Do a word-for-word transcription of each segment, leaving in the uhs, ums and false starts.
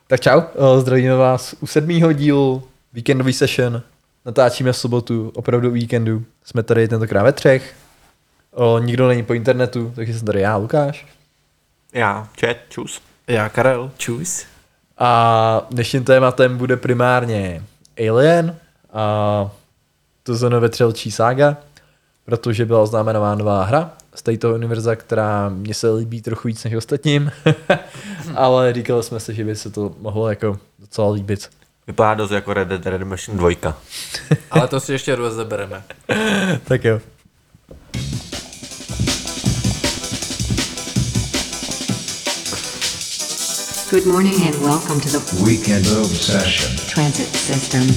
Tak čau, zdravíme vás u sedmého dílu víkendový session. Natáčíme v sobotu, opravdu víkendu. Jsme tady tentokrát ve třech. O, nikdo není po internetu, takže jsem tady já, Lukáš. Já, Čet, čus. Já, Karel, čus. A dnešním tématem bude primárně Alien a to zóno vetřelčí sága, protože byla oznámená nová hra z této univerza, která mně se líbí trochu víc než ostatním, ale říkali jsme si, že by se to mohlo jako docela líbit. Vypadá dost jako Red Dead Redemption dva. Ale to si ještě rozebereme. Tak jo. Good morning and welcome to the Weekend Obsession Transit System.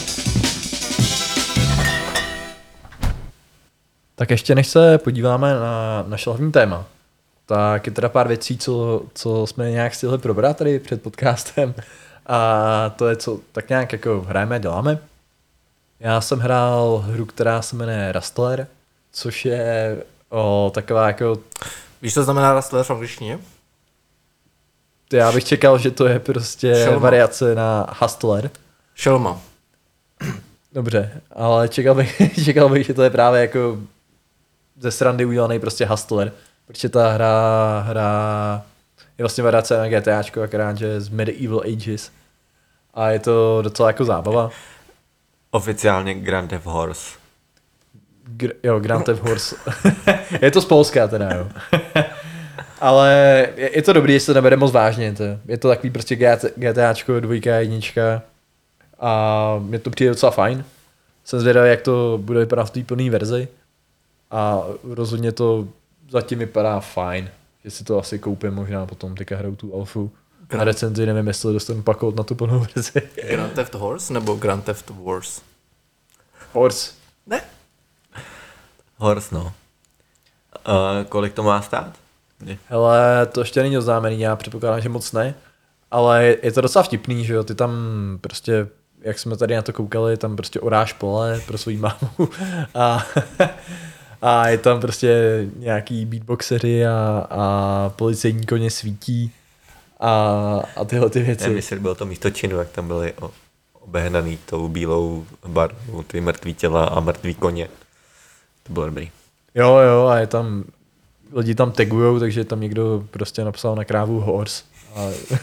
Tak ještě než se podíváme na naše hlavní téma, tak je teda pár věcí, co, co jsme nějak stihli probrat tady před podcastem a to je, co tak nějak jako hrajeme a děláme. Já jsem hrál hru, která se jmenuje Rustler, což je o, taková jako... Víš, co znamená Rustler v angličtině? Já bych čekal, že to je prostě Šelma. variace na Hustler. Šelma. Dobře, ale čekal bych, čekal bych, že to je právě jako ze srandy udělaný prostě Hustler, protože ta hra, hra je vlastně variace na GTAčko, akorát, že z Medieval Ages a je to docela jako zábava. Oficiálně Grand Theft Horse. Gr- jo, Grand Theft Horse. Je to z Polska teda, jo. Ale je, je to dobrý, jestli to nebere moc vážně. To. Je to takový prostě GTAčko, dvojka, jednička a mě to přijde docela fajn. Jsem zvědavý, jak to bude vypadat v té plné verzi a rozhodně to zatím vypadá fajn. Že si to asi koupím možná potom, teďka hraju tu alfu. Na recenzi nevím, jestli dostanu pakovat na tu plnou verzi. Grand Theft Horse nebo Grand Theft Wars? Horse. Ne. Horse, no. Uh, kolik to má stát? Hele, to ještě není oznámený, já předpokládám, že moc ne. Ale je to docela vtipný, že jo, ty tam prostě, jak jsme tady na to koukali, tam prostě oráš pole pro svou mámu a, a je tam prostě nějaký beatboxeři a, a policejní koně svítí a, a tyhle ty věci. Já myslím, bylo to místo činu, jak tam byly o, obehnaný tou bílou barvou, ty mrtví těla a mrtví koně. To bylo dobrý. Jo, jo, a je tam, lidi tam tagujou, takže tam někdo prostě napsal na krávu horse. A,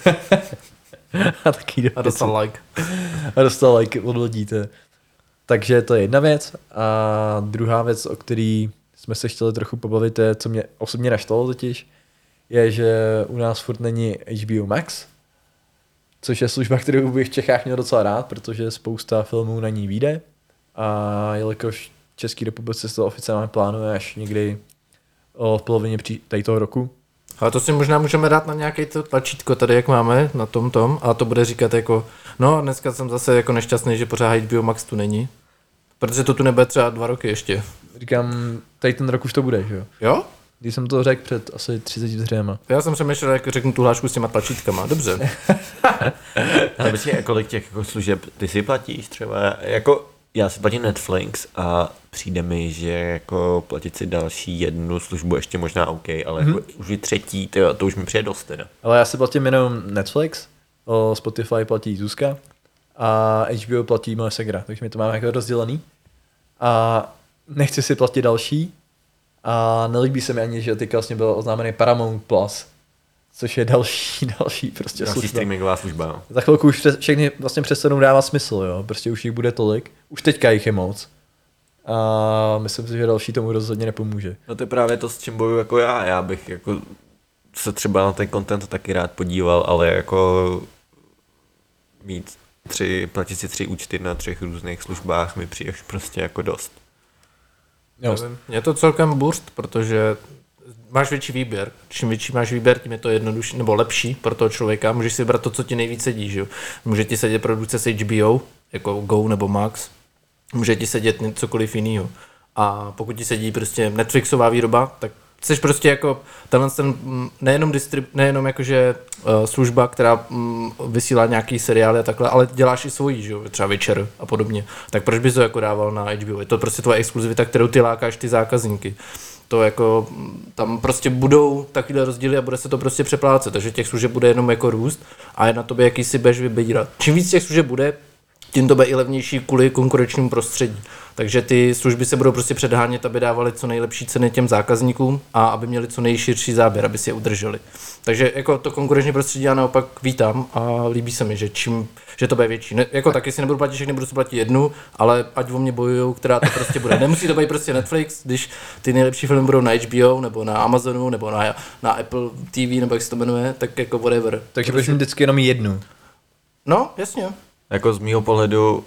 a taky A dostal like. A dostal like od lidí. To. Takže to je jedna věc. A druhá věc, o který jsme se chtěli trochu pobavit, je, co mě osobně naštvalo totiž, je, že u nás furt není H B O Max, což je služba, kterou bych v Čechách měl docela rád, protože spousta filmů na ní vyjde. A jelikož v České republice se to oficiálně plánuje až někdy v polovině pří, tady toho roku. Ale to si možná můžeme dát na nějaké to tlačítko tady, jak máme na tom tom, a to bude říkat jako, no dneska jsem zase jako nešťastný, že pořád H B O Max tu není. Protože to tu nebude třeba dva roky ještě. Říkám, tady ten rok už to bude, že jo? Jo? Když jsem to řekl před asi třiceti vteřinama. Já jsem přemýšlel, jak řeknu tu hlášku s těma tlačítkama. Dobře. Ale počkej, kolik těch jako služeb ty si platíš třeba? Jako, já si platím Netflix a přijde mi, že jako platit si další jednu službu ještě možná OK, ale mm-hmm. jako už i třetí, to, to už mi přijde dost teda. Ale já si platím jenom Netflix, o Spotify platí Zuzka a H B O platí moje segra, takže my to máme jako rozdělený. A nechci si platit další a nelíbí se mi ani, že teďka vlastně byl oznámený Paramount Plus, což je další, další prostě Další služba. streamingová služba, no. Za chvilku už přes, všechny vlastně přestanou dávat smysl, jo, prostě už jich bude tolik, už teďka jich je moc. A myslím si, že další tomu rozhodně nepomůže. No to je právě to, s čím bojuju jako já. Já bych jako se třeba na ten content taky rád podíval, ale jako mít tři, platit si tři účty na třech různých službách mi přijde prostě jako dost. Jo. Je to celkem burst, protože máš větší výběr. Čím větší máš výběr, tím je to jednodušší nebo lepší pro toho člověka. Můžeš si vybrat to, co ti nejvíc sedí, že jo. Může ti sedět produkce z H B O, jako Go nebo Max. Může ti sedět cokoliv jiného. A pokud ti sedí prostě Netflixová výroba, tak jsi prostě jako tenhle ten nejenom, distrib, nejenom jakože uh, služba, která um, vysílá nějaký seriály a takhle, ale děláš i svojí, že jo, třeba večer a podobně. Tak proč bys to jako dával na H B O? Je to prostě tvoje exkluzivita, kterou ty lákáš ty zákazníky. To jako, tam prostě budou takovýhle rozdíly a bude se to prostě přeplácet, takže těch služeb bude jenom jako růst a je na tobě, jaký si budeš vybírat. Čím víc těch služeb bude, tím to bude i levnější kvůli konkurenčnímu prostředí. Takže ty služby se budou prostě předhánět, aby dávaly co nejlepší ceny těm zákazníkům a aby měli co nejširší záběr, aby si je udrželi. Takže jako to konkurenční prostředí já naopak vítám a líbí se mi, že čím, že to bude větší. Ne, jako taky si nebudu platit všechny, budu si platit jednu, ale ať o mě bojujou, která to prostě bude. Nemusí to být prostě Netflix, když ty nejlepší filmy budou na H B O, nebo na Amazonu, nebo na, na Apple T V, nebo jak se to jmenuje, tak jako whatever. Takže budeš mít vždycky jenom jednu. No, jasně. Jako z mýho pohledu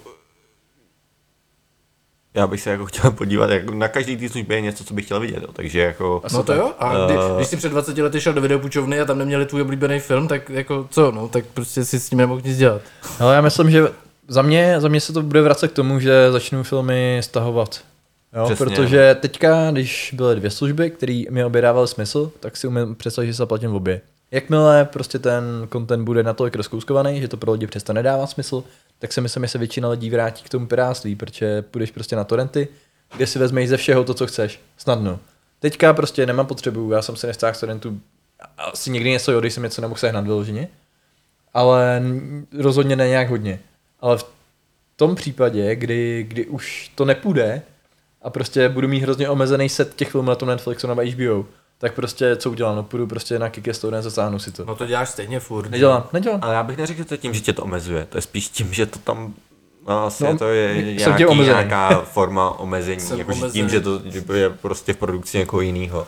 já bych se jako chtěl podívat, jako na každý té službě je něco, co bych chtěl vidět, jo. Takže jako... No to jo, a kdy, když jsi před dvaceti lety šel do videopůjčovny a tam neměli tvůj oblíbený film, tak jako co, no, tak prostě si s tím nemohl nic dělat. Ale já myslím, že za mě, za mě se to bude vracet k tomu, že začnu filmy stahovat. Jo, Přesně. protože teďka, když byly dvě služby, které mi obě dávaly smysl, tak si umím představit, že se zaplatím v obě. Jakmile prostě ten content bude natolik rozkouskovaný, že to pro lidi přestane dávat smysl, tak si myslím, že se většina lidí vrátí k tomu pirátství, protože půjdeš prostě na torrenty, kde si vezmeš ze všeho to, co chceš. Snadno. Teďka prostě nemám potřebu, já jsem se nestáhl z torrentu, asi někdy něco, jo, když jsem něco nemohl sehnat vyloženě, ale rozhodně ne nějak hodně. Ale v tom případě, kdy, kdy už to nepůjde a prostě budu mít hrozně omezený set těch filmů na tom Netflixu nebo H B O, tak prostě co udělám, no půjdu prostě na Kickstarter, zasáhnu si to. No to děláš stejně furt. Nedělám, nedělám. Ale já bych neřekl, že to je tím, že tě to omezuje, to je spíš tím, že to tam, no asi No, no, to je jsem nějaký, tím omezený. nějaká forma omezení, Jsem jako že omezený. tím, že to že je prostě v produkci někoho jiného.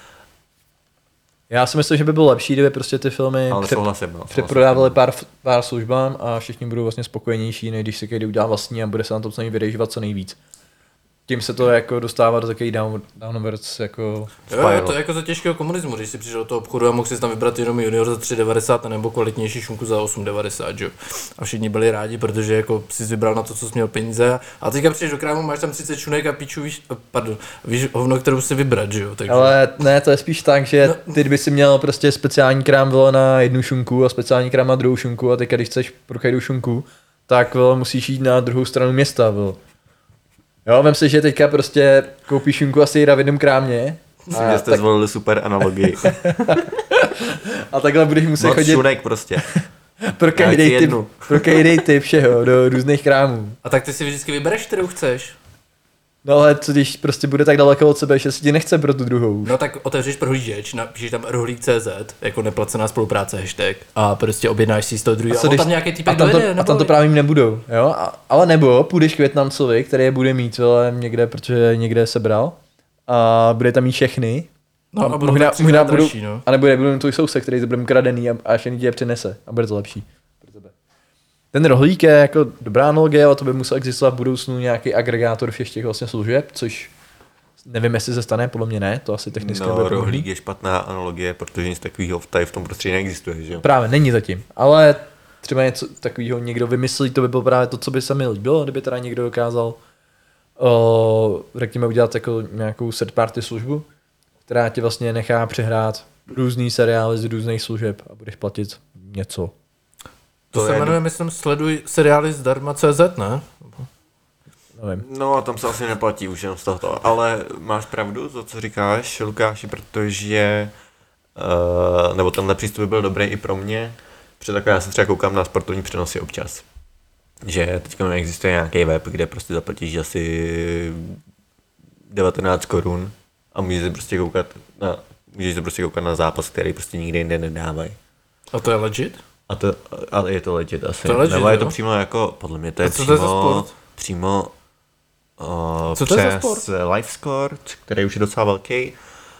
Já si myslím, že by bylo lepší, kdyby prostě ty filmy Ale pře- souhlasím, no, souhlasím. přeprodávali pár, pár službám a všichni budou vlastně spokojenější, než když si každý udělá vlastní a bude se na tom samý vydejžovat co nejvíc. Tím se to jako dostává do takový down, downwards jako... Jo, je to jako za těžkého komunismu, když si přišel do toho obchodu a mohl si tam vybrat jenom junior za tři devadesát nebo kvalitnější šunku za osm devadesát, jo. A všichni byli rádi, protože jako si vybral na to, co jsi měl peníze. A teďka přijdeš do krámu, máš tam třicet šunek a píču, víš, pardon, víš hovno, kterou si vybrat, jo. Takže... Ale ne, to je spíš tak, že ty by si měl prostě speciální krám vyle na jednu šunku a speciální krám na druhou šunku a teďka když chceš pro každou šunku, tak vyle, musíš jít na druhou stranu města, vyle. Jo, vem si, že teďka prostě koupíš šunku a sejra v jednom krámě. Myslím, že jste tak... zvolili super analogii. A takhle budeš muset Moc chodit šunek prostě. pro každý typ, pro každý typ všeho do různých krámů. A tak ty si vždycky vybereš, kterou chceš. No ale co když prostě bude tak daleko od sebe, že si ti nechce pro tu druhou. No tak otevřeš prohlížeč, napíšeš tam rohlík tečka cé zet, jako neplacená spolupráce hashtag a prostě objednáš si z toho druhého. A, a tam nějaký typek a tam to, dojede, a tam to právě jim nebudou, jo? A, ale nebo půjdeš k Vietnamcovi, který je bude mít ale někde, protože někde sebral a bude tam mít všechny. No, a budou možná, tak možná třikrát budou, dražší, no. a nebude, budou tvůj soused, který to bude kradený a, a všechny ti je přinese a bude to lepší. Pro tebe. Ten rohlík je jako dobrá analogie, ale to by musel existovat v budoucnu nějaký agregátor všech těch vlastně služeb, což nevím, jestli se stane, podle mě ne, to asi technicky No, bude rohlík je špatná analogie, protože nic takového tady v tom prostředí neexistuje, že jo? Právě, není zatím, ale třeba něco takového někdo vymyslí, to by bylo právě to, co by se mi líbilo, kdyby teda někdo dokázal o, řekněme udělat jako nějakou third party službu, která ti vlastně nechá přehrát různý seriály z různých služeb a budeš platit něco. To, To se je- jmenuje, myslím, sleduj seriály zdarma tečka cé zet, ne? Nevím. No a tam se asi neplatí už jenom z tohoto, ale máš pravdu, to co říkáš, Lukáši, protože uh, nebo tenhle přístup by byl dobrý i pro mě, protože takhle já se třeba koukám na sportovní přenosy občas, že teďka neexistuje nějaký web, kde prostě zaplatíš asi devatenáct korun a můžeš se prostě koukat na, můžeš se prostě koukat na zápas, který prostě nikde jinde nedávají. A to je legit? A to, ale je to legit asi. To je legit, nebo je to jo? přímo jako, podle mě to je A co to je za přímo, sport? přímo uh, Co to je za přes sport? LiveScore, který už je docela velký.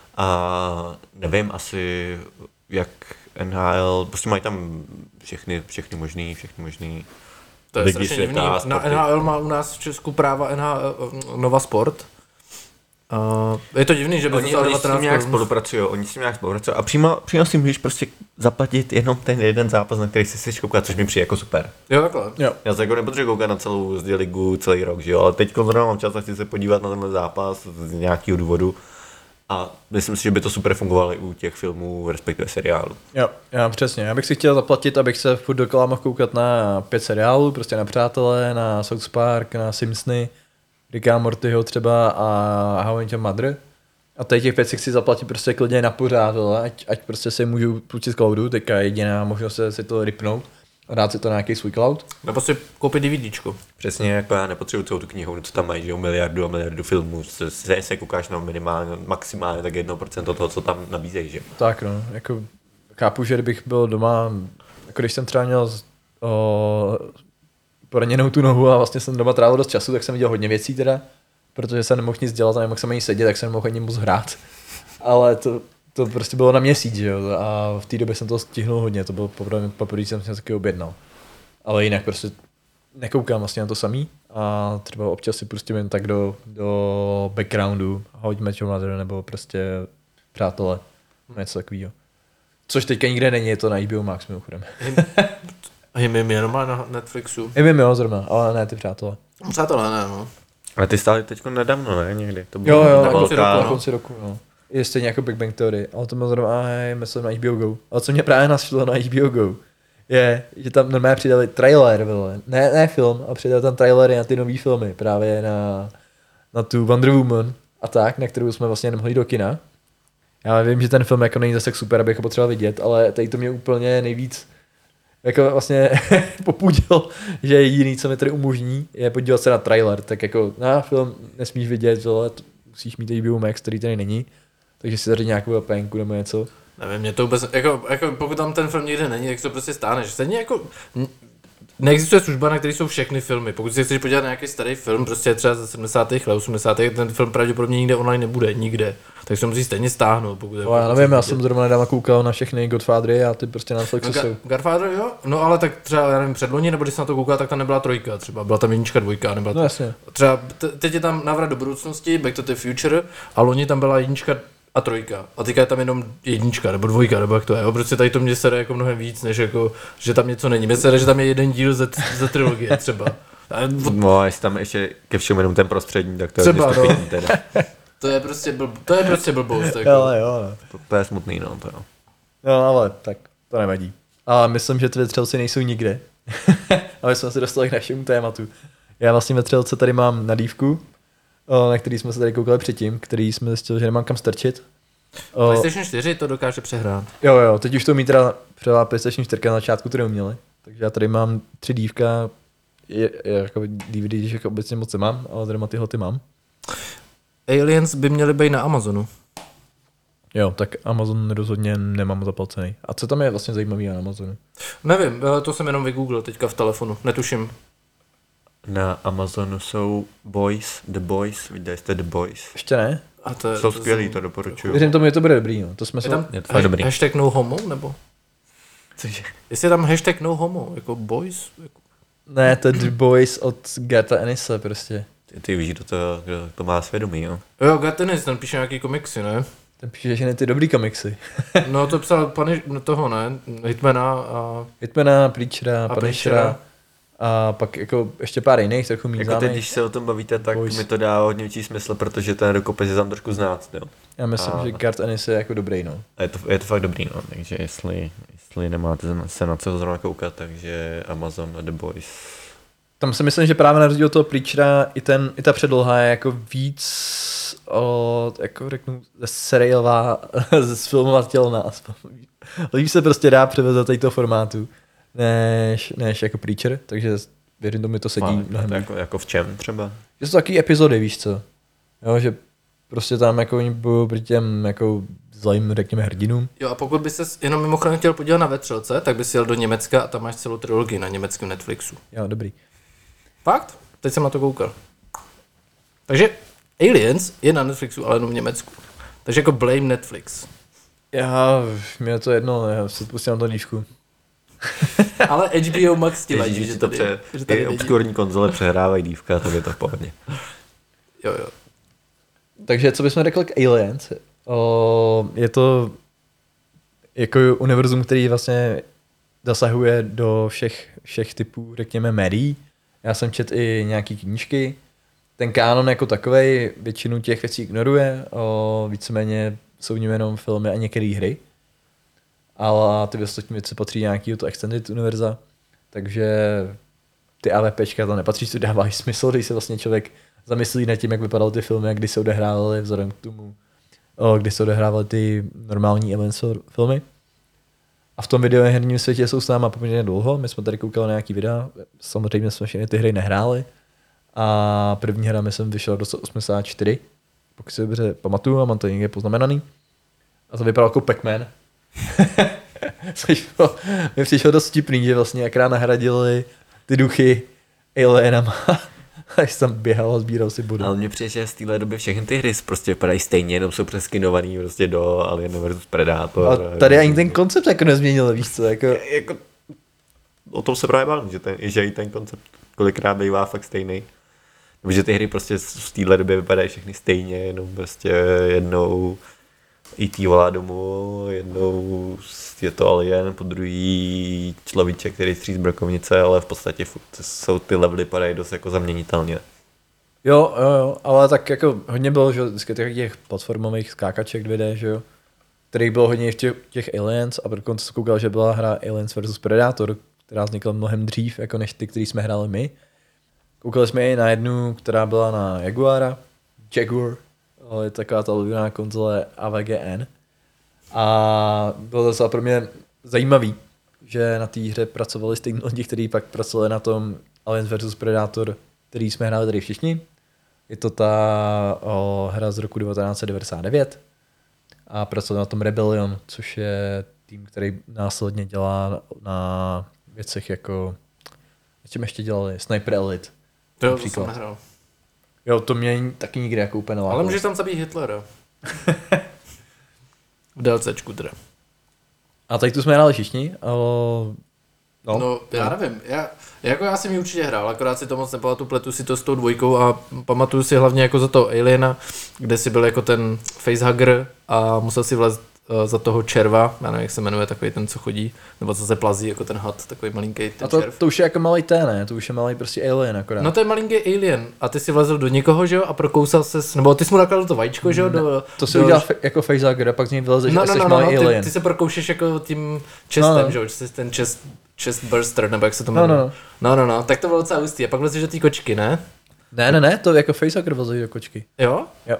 A nevím asi, jak N H L, prostě mají tam všechny, všechny možný, všechny možný To je ligy strašně světa, divný. Na sporty. N H L má u nás v Česku práva N H L, Nova Sport. Uh, je to divný, že by Oni, to oni s tím devatenáct nějak korun. spolupracují, oni s tím nějak spolupracují a přímo, přímo si můžeš prostě zaplatit jenom ten jeden zápas, na který si chceš koukat, což mi přijde jako super. Jo, takhle. Jo. Já se jako nepotřebuji koukat na celou zdi ligu celý rok, že jo, ale teď zrovna mám čas a chci se podívat na tenhle zápas z nějakého důvodu a myslím si, že by to super fungovalo i u těch filmů, respektive seriálů. Jo, já přesně. Já bych si chtěl zaplatit, abych se furt dokola mohl koukat na pět seriálů, prostě na Přátelé, na South Park, na Simpsony, Ricka a Mortyho třeba a How I Met Your Mother. A tady těch pět si chci zaplatit prostě klidně na pořád, vole, ať, ať prostě si můžu půjčit z cloudu, teďka je jediná možnost se si to ripnout a dát si to na nějaký svůj cloud. Nebo si koupit DVDčko. Přesně, jako já nepotřebuji celou tu knihu, co tam mají, že jo, miliardu a miliardu filmů, se, se, se koukáš na minimálně, maximálně tak jedno procento toho, co tam nabízejí, že jo. Tak no, jako chápu, že kdybych byl doma, jako když jsem třeba měl o, poraněnou tu nohu a vlastně jsem doma trávil dost času, tak jsem viděl hodně věcí teda, protože jsem nemohl nic dělat a nemohl jsem ani sedět, tak jsem nemohl ani moc hrát. Ale to, to prostě bylo na měsíc, že jo, a v té době jsem to stihnul hodně, to bylo poprvé, poprvé jsem se taky objednal. Ale jinak prostě nekoukám vlastně na to samý a třeba občas si pustím jen tak do, do backgroundu, How I Met Your Mother nebo prostě Přátelé, něco takového. Což teďka nikde není, je to na H B O Max mimochodem. Hymim jenom má na Netflixu. I vím, jo, zrovna, ale ne ty Přátelé. Přátelé, ne, no. Ale ty stály teďko nedávno, ne, někdy, to bylo Jo, jo, na konci na roku, no. konci roku, no. Je stejně jako Big Bang Theory, ale to bylo zrovna, aj, myslím na H B O Go. Ale co mě právě našlo na H B O Go, je, že tam normálně přidali trailer, vole. Ne, ne film, ale přidali tam trailery na ty nový filmy, právě na, na tu Wonder Woman a tak, na kterou jsme vlastně nemohli do kina. Já vím, že ten film jako není zase tak super, abych ho potřeboval vidět, ale tady to mě úplně nejvíc jako vlastně popudil, že jediný, co mi tady umožní, je podívat se na trailer, tak jako na film nesmíš vidět, ale musíš mít H B O Max, který tady není, takže si tady nějakou V P N ku nebo něco. Nevím, mě to vůbec, jako, jako pokud tam ten film nikde není, tak to prostě stáneš. Stejně jako, neexistuje služba, na které jsou všechny filmy. Pokud si chceš podívat na nějaký starý film, prostě třeba ze sedmdesátých let, osmdesátých ten film pravděpodobně nikde online nebude, nikde. Tak se musí stejně stáhnout. Pokud No, já nevím, já jsem zrovna nedávno koukal na všechny Godfathery a ty prostě na Netflixu no, jsou. Godfather, jo? No ale tak třeba, já nevím, předloni, nebo když jsem na to koukal, tak tam nebyla trojka třeba, byla tam jednička, dvojka, nebyla No jasně. třeba, t- teď je tam Návrat do budoucnosti, Back to the Future, a loni tam byla jednička a trojka. A teďka je tam jenom jednička, nebo dvojka, nebo jak to je. Prostě tady to mě sere jako mnohem víc, než jako, že tam něco není. Mě sere, že tam je jeden díl ze, ze trilogie třeba. No a jestli tam ještě ke všemu jenom ten prostřední, tak to Třeba, je no. stupidní teda. To je prostě, blb, to je prostě blbost. Jako. Ale jo, no. To, to je smutný, no to jo. No ale tak to nevadí. A myslím, že ty vetřelci nejsou nikde. A my jsme se dostali k našemu tématu. Já vlastně vetřelce tady mám na dívku, na který jsme se tady koukali předtím, který jsme zjistili, že nemám kam strčit. PlayStation čtyři to dokáže přehrát. Jo, jo, teď už to mít teda převá PlayStation čtyři na začátku to neuměli. Takže já tady mám tři dívka, je, je, jako D V D, že jako obecně moc nemám, ale tady tyhle ty mám. Aliens by měly být na Amazonu. Jo, tak Amazon rozhodně nemám zaplacený. A co tam je vlastně zajímavý na Amazonu? Nevím, to jsem jenom vygooglil teďka v telefonu, netuším. Na Amazonu jsou Boys, The Boys, viděli jste The Boys. Ještě ne? A to, Jsou to skvělý, jsem... to doporučuju. Věřím tomu, že to bude dobrý, no. To jsme Je se... tam Je to fakt dobrý. hashtag no homo, nebo? Cože? Jestli je tam hashtag no homo, jako boys? Jako... Ne, to je The Boys od Garta Ennise prostě. Ty, ty víš, kdo to, kdo to má svědomí, jo? Jo, Gartenis, ten píše nějaký komiksy, ne? Ten píše, že ne ty dobrý komiksy. No to psal pan no toho, ne? Hitmana a... Hitmana, Preachera, A Punishera Punishera. a pak jako ještě pár jiných, trochu méně Jako teď, známých. když se o tom bavíte, tak Boys. mi to dá hodně větší smysl, protože ten rukopis je tam trošku znát, jo. Já myslím, A- že Gart Ennise je jako dobrý, no. A je to, je to fakt dobrý, no, takže jestli, jestli nemáte se na co zrovna koukat, takže Amazon a The Boys. Tam si myslím, že právě na rozdíl od toho Preachera i, ten, i ta předloha je jako víc o, jako řeknu, seriálová, zfilmovatelná. Líp se prostě dá převést do této formátu, než, než jako Preacher, takže věřím tomu, to sedí Fakt, mnohem to líp. jako, jako v čem třeba? Že jsou taky epizody, víš co? Jo, že prostě tam jako oni budou proti těm jako zlým, řekněme, hrdinům. Jo, a pokud by se jenom mimochodem chtěl podívat na Vetřelce, tak by si jel do Německa a tam máš celou trilogii na německém Netflixu. Jo, dobrý. Fakt? Teď jsem na to koukal. Takže Aliens je na Netflixu, ale jenom v Německu. Takže jako blame Netflix. Já, mě je to jedno, já si pustím na to dívku. Ale H B O Max ti vadí, Ježíš, že to tady, pře, že tady i není. obskurní konzole přehrávají dívka, tak je to v pohodě. Jo, jo. Takže co bychom řekli k Aliens? O, je to jako univerzum, který vlastně zasahuje do všech, všech typů, řekněme, médií. Já jsem četl i nějaký knížky. Ten kánon jako takovej většinu těch věcí ignoruje. O, víceméně jsou v něm jenom filmy a některé hry. Ale ty ostatní věci patří nějakého to Extended univerza. Takže ty AVPčka tam nepatří, to dávají smysl, když se vlastně člověk zamyslí nad tím, jak vypadaly ty filmy a kdy se odehrávaly vzhledem k tomu o, kdy se odehrávaly ty normální Aliens filmy. A v tom videoherním světě jsou s náma poměrně dlouho. My jsme tady koukali na nějaký videa, samozřejmě jsme všechny ty hry nehráli. A první hra mi jsem vyšel do osmdesát čtyři, pokud si dobře pamatuju a mám to někde poznamenaný. A to vypadalo jako Pac-Man. Což bylo, mi přišlo dost vtipný, že vlastně jakrát nahradili ty duchy alienama. A když tam běhal a sbíral si budu. Ale mně přijde, že z téhle doby všechny ty hry prostě vypadají stejně, jenom jsou přeskinovaný prostě do Alien versus Predator. A tady ani ten koncept jako nezměnil, víš co, jako... jako o tom se právě bavím, že, ten, že i ten koncept kolikrát bývá fakt stejný. Nebo že ty hry prostě v téhle době vypadají všechny stejně, jenom prostě jednou í té volá domů, jednou je to Alien, po druhý človíček, který stří z brokovnice, ale v podstatě jsou ty levely padají dost jako zaměnitelně. Jo, jo, jo, ale tak jako hodně bylo, že vždycky těch platformových skákaček dvě dé, že jo, kterých bylo hodně v těch, těch Aliens a dokonce jsem koukal, že byla hra Aliens versus Predator, která vznikla mnohem dřív, jako než ty, který jsme hráli my. Koukali jsme i na jednu, která byla na Jaguara, Jaguar, ale je taková ta oblíbená konzole A V G N. A bylo to docela pro mě zajímavý, že na té hře pracovali stejní lidi, kteří pak pracovali na tom Aliens versus Predator, který jsme hráli tady všichni. Je to ta o, hra z roku devatenáct set devadesát devět a pracovali na tom Rebellion, což je tým, který následně dělá na věcech jako, čem ještě dělali, Sniper Elite. To, to jsem nehrál. Jo, to mě taky nikdy jako úplně nelákalo. Ale můžeš tam zabít Hitlera. V DLCčku teda. A tady tu jsme hráli všichni, ale... No, no já nevím, já, jako já jsem ji určitě hrál, akorát si to moc nepamatuju, pletu si to s tou dvojkou a pamatuju si hlavně jako za to Aliena, kde si byl jako ten facehugger a musel si vlézt uh, za toho červa, já nevím, jak se jmenuje, takový ten, co chodí, nebo co se plazí, jako ten had, takový malinký ten a to, červ. to už je jako malý té, ne? To už je malý prostě Alien akorát. No to je malinký Alien a ty si vlezl do někoho, že jo, a prokousal ses, nebo ty jsi mu nakladl to vajíčko, že jo, do... To si do... udělal f- jako facehugger a pak z něj vylezeš no, a no, jsi no, malý no, Alien. ty, ty se prokoušeš jako tím chestem, no, no. že jo, jsi ten chest, chest burster, nebo jak se to No, jmenuje. no, no. No, no, no, tak to bylo docela hustý a pak vlezeš do té kočky, ne? Ne, ne, ne, to jako facehugger vlezeš do kočky. Jo? Jo.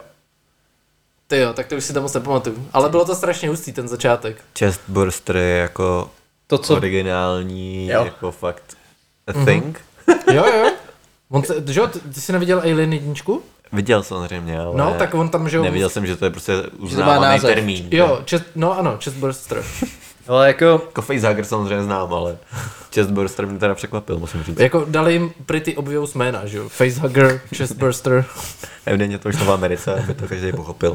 Ty jo, tak to už si tam moc nepamatuju. Ale bylo to strašně hustý, ten začátek. Chestburster je jako To, co... originální, Jo. jako fakt a thing. Jo, jo. On se, že jo, ty, ty jsi neviděl Alien jedničku? Viděl samozřejmě, ale No, tak on tam, že jo... neviděl jsem, že to je prostě má uznávaný název. termín. Jo, chest, no ano, chestburster. Ale jako... Jako facehugger samozřejmě znám, ale chestburster mě teda překvapil, musím říct. Jako dali jim pretty obvious jména, že jo? Facehugger, chestburster. Evidentně to už to v Americe, aby to každý pochopil.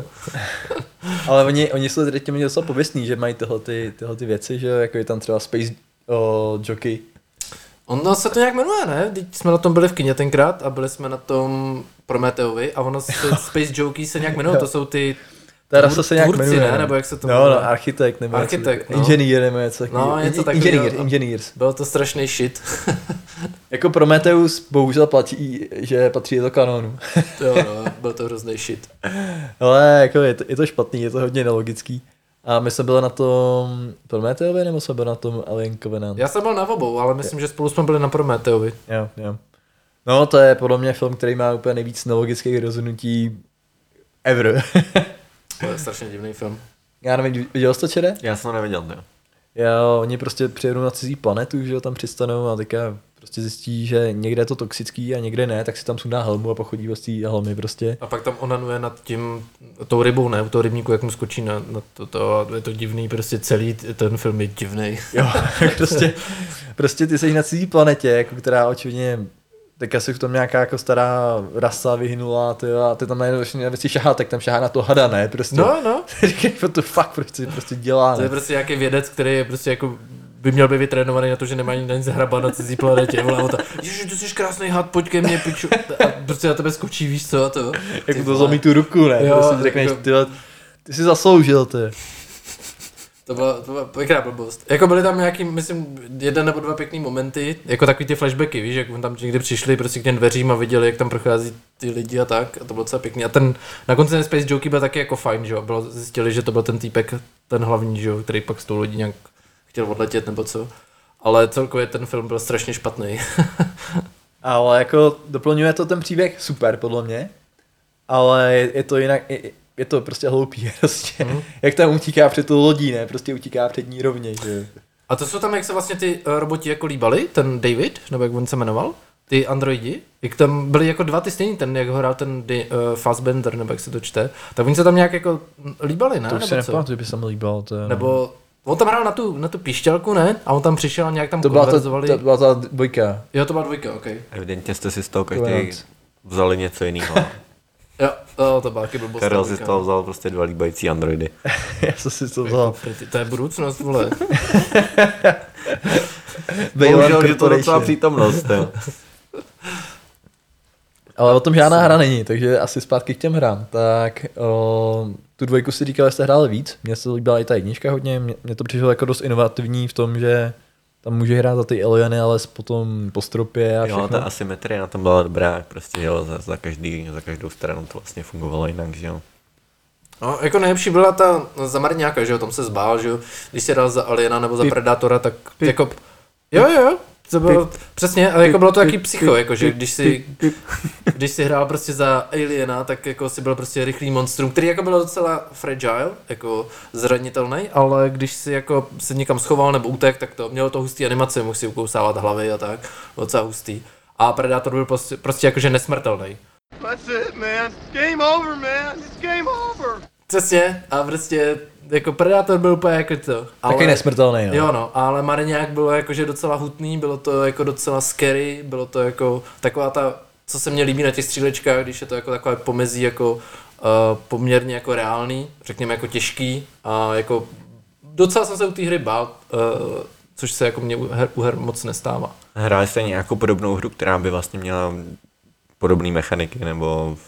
Ale oni, oni jsou teď mě docela pověstní, že mají tyhle, ty, tyhle ty věci, že jako je tam třeba Space o, Jockey. Ono se to nějak jmenuje, ne? Teď jsme na tom byli v kině tenkrát a byli jsme na tom Prometheovi a ono se Space Jockey se nějak jmenuje, to jsou ty Ta rasa se nějak tvůrci, jmenuje. ne? Nebo jak se to no, jmenuje? no, architekt nebo Architekt, něco, no. inženýr nebo něco takového. No, něco In- takového. Engineer, engineers. Byl to strašný shit. Jako Prometheus bohužel platí, že patří do kanonu. Jo, no, byl to hrozný shit. Ale jako je to, je to špatný, je to hodně nelogický. A my jsme byli na tom Prometheovi, nebo jsme byli na tom Alien Covenant? Já jsem byl na obou, ale myslím, že spolu jsme byli na Prometheovi. Jo, jo. No, to je podle mě film, který má úplně nejvíc nelogických rozhodnutí ever. To je strašně divný film. Já nevím, viděl jsi to, Čede? Já jsem to neviděl, ne? Jo, oni prostě přijedou na cizí planetu, že jo, tam přistanou a teďka prostě zjistí, že někde je to toxický a někde ne, tak si tam sundá helmu a pochodí bez té helmy prostě. A pak tam onanuje nad tím, tou rybou, ne, u toho rybníku, jak mu skočí na, na to, to, je to divný, prostě celý ten film je divný. Jo, prostě, prostě ty jsi na cizí planetě, jako která očividně tak asi v tom nějaká jako stará rasa vyhynula, ty, a ty tam najednou věci šahá, tak tam šahá na to hada, ne? Prostě. No, no. Říkají, what the fuck, proč si prostě dělá, To je ne? prostě nějaký vědec, který je prostě jako by měl být vytrénovaný na to, že nemá nic hrabat na cizí planetě. Vole, a ta, ježiš, ty jsi krásný had, pojď ke mně, piču. A prostě na tebe skočí, víš co, a to. Jako to zlomí tu ruku, ne? Jo, Prostě řekneš, jako- ty, ty jsi zasloužil, ty. To byla, to byla pěkná blbost. Jako byly tam nějaký, myslím, jeden nebo dva pěkný momenty, jako takový ty flashbacky, víš, jak on tam někdy přišli prostě k těm dveřím a viděli, jak tam prochází ty lidi a tak, a to bylo docela pěkný. A ten, na konci ten Space Jockey byl taky jako fajn, že jo, bylo, zjistili, že to byl ten týpek, ten hlavní, že jo, který pak s tou lodí nějak chtěl odletět nebo co. Ale celkově ten film byl strašně špatný. Ale jako doplňuje to ten příběh super, podle mě. Ale je, je to jinak, je, je to prostě hloupý, prostě. Mm. Jak tam utíká před tou lodí, ne? Prostě utíká před ní rovně, že? A to jsou tam, jak se vlastně ty uh, roboti jako líbali, ten David, nebo jak on se jmenoval, ty androidi, jak tam byli jako dva ty stejný, ten, jak ho hrál ten uh, Fassbender, nebo jak se to čte, tak oni se tam nějak jako líbali, ne? To už nebo si nepamatuji, že by se mi líbal. To... Nebo on tam hrál na tu, na tu píšťalku, ne? A on tam přišel a nějak tam to byla konverzovali. To byla ta dvojka. Jo, to byla dvojka, ok. Evidentně jste si z toho každý vzali něco jiného. Jo, to, to byla taky blbost. Karel si z toho vzal prostě dva líbající androidy. Já jsem si to vzal. To je budoucnost, vole. Bohužel, že to docela přítomnost, jo. Ale o tom žádná hra není, takže asi zpátky k těm hrám. Tak o, tu dvojku si říkal, že jste hráli víc. Mně se líbila i ta jednička hodně. Mně to přišlo jako dost inovativní v tom, že tam může hrát za ty alieny, ale potom po stropě a všechno. Jo, ta asymetrie na tom byla dobrá, prostě jo, za, za, každý, za každou stranu to vlastně fungovalo jinak, že jo. No, jako nejlepší byla ta zamarňáka, že jo, tam se zbál, že jo, když si dal za aliena nebo za Pip. predátora, tak Pip. jako, jo, jo, to bylo, přesně, ale jako bylo to taky psycho, jako, že když si, když si hrál prostě za aliena, tak jako si byl prostě rychlý monstrum, který jako byl docela fragile, jako zranitelný, ale když si jako se někam schoval nebo utek, tak to mělo to hustý animace, mohl si ukousávat hlavy a tak, docela hustý. A predátor byl prostě, prostě jakože nesmrtelný. That's it, man. Game over, man. It's game over. Přesně, a prostě jako Predator byl úplně jako to. Ale, Taky nesmrtelný, no. Jo no, ale Mariňák bylo jakože docela hutný, bylo to jako docela scary, bylo to jako taková ta, co se mně líbí na těch střílečkách, když je to jako takové pomezí jako uh, poměrně jako reálný, řekněme jako těžký a jako docela jsem se u té hry bál, uh, což se jako mě u her, u her moc nestává. Hráli jste nějakou podobnou hru, která by vlastně měla podobné mechaniky, nebo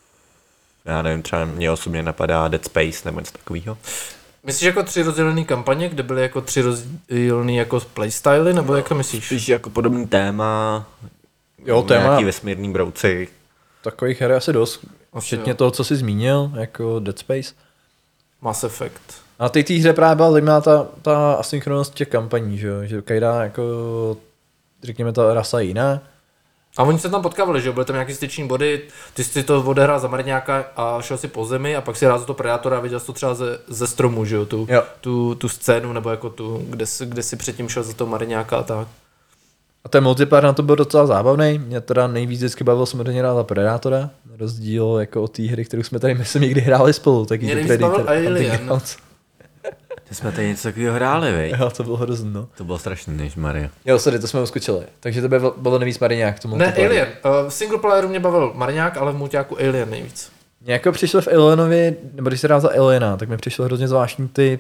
já nevím, třeba mě osobně napadá Dead Space nebo něco takového. Myslíš jako tři rozdělené kampaně, kde byly jako tři rozdělené jako playstyly, nebo jak to myslíš? Spíš jako podobný téma, Jo, téma. nějaký vesmírný brouci. Takových her je asi dost, Asi včetně jo. toho, co jsi zmínil, jako Dead Space. Mass Effect. A té hře právě byla zajímavá ta, ta asynchronnost těch kampaní, že jo, že každá jako, řekněme, ta rasa je jiná. A oni se tam potkávali, že jo, byly tam nějaký styční body, ty jsi to odehrál za Mariňáka a šel si po zemi a pak si hrál za to Predátora a viděl jsi to třeba ze, ze stromu, že jo, tu, Jo. tu, tu scénu, nebo jako tu, kde, jsi- kde si předtím šel za to Mariňáka a tak. A ten multiplayer na to byl docela zábavný. Mě teda nejvíc vždycky bavil samozřejmě hrát za Predátora, na rozdíl jako od té hry, kterou jsme tady myslím někdy hráli spolu, taky Mě že nejvíc bavil Predator, Alien. Underground. Ty jsme tady něco takového hráli, vej. Jo, to bylo hrozný, no. To bylo strašný, než Maria. Jo, sorry, to jsme uskočili. Takže to by bylo nejvíc Mariňák. To Ne, multiplayeru. Alien. Uh, single playeru mě bavil Mariňák, ale v multiáku Alien nejvíc. Mně jako přišlo v Alienovi, nebo když se hrál za Aliena, tak mi přišlo hrozně zvláštní ty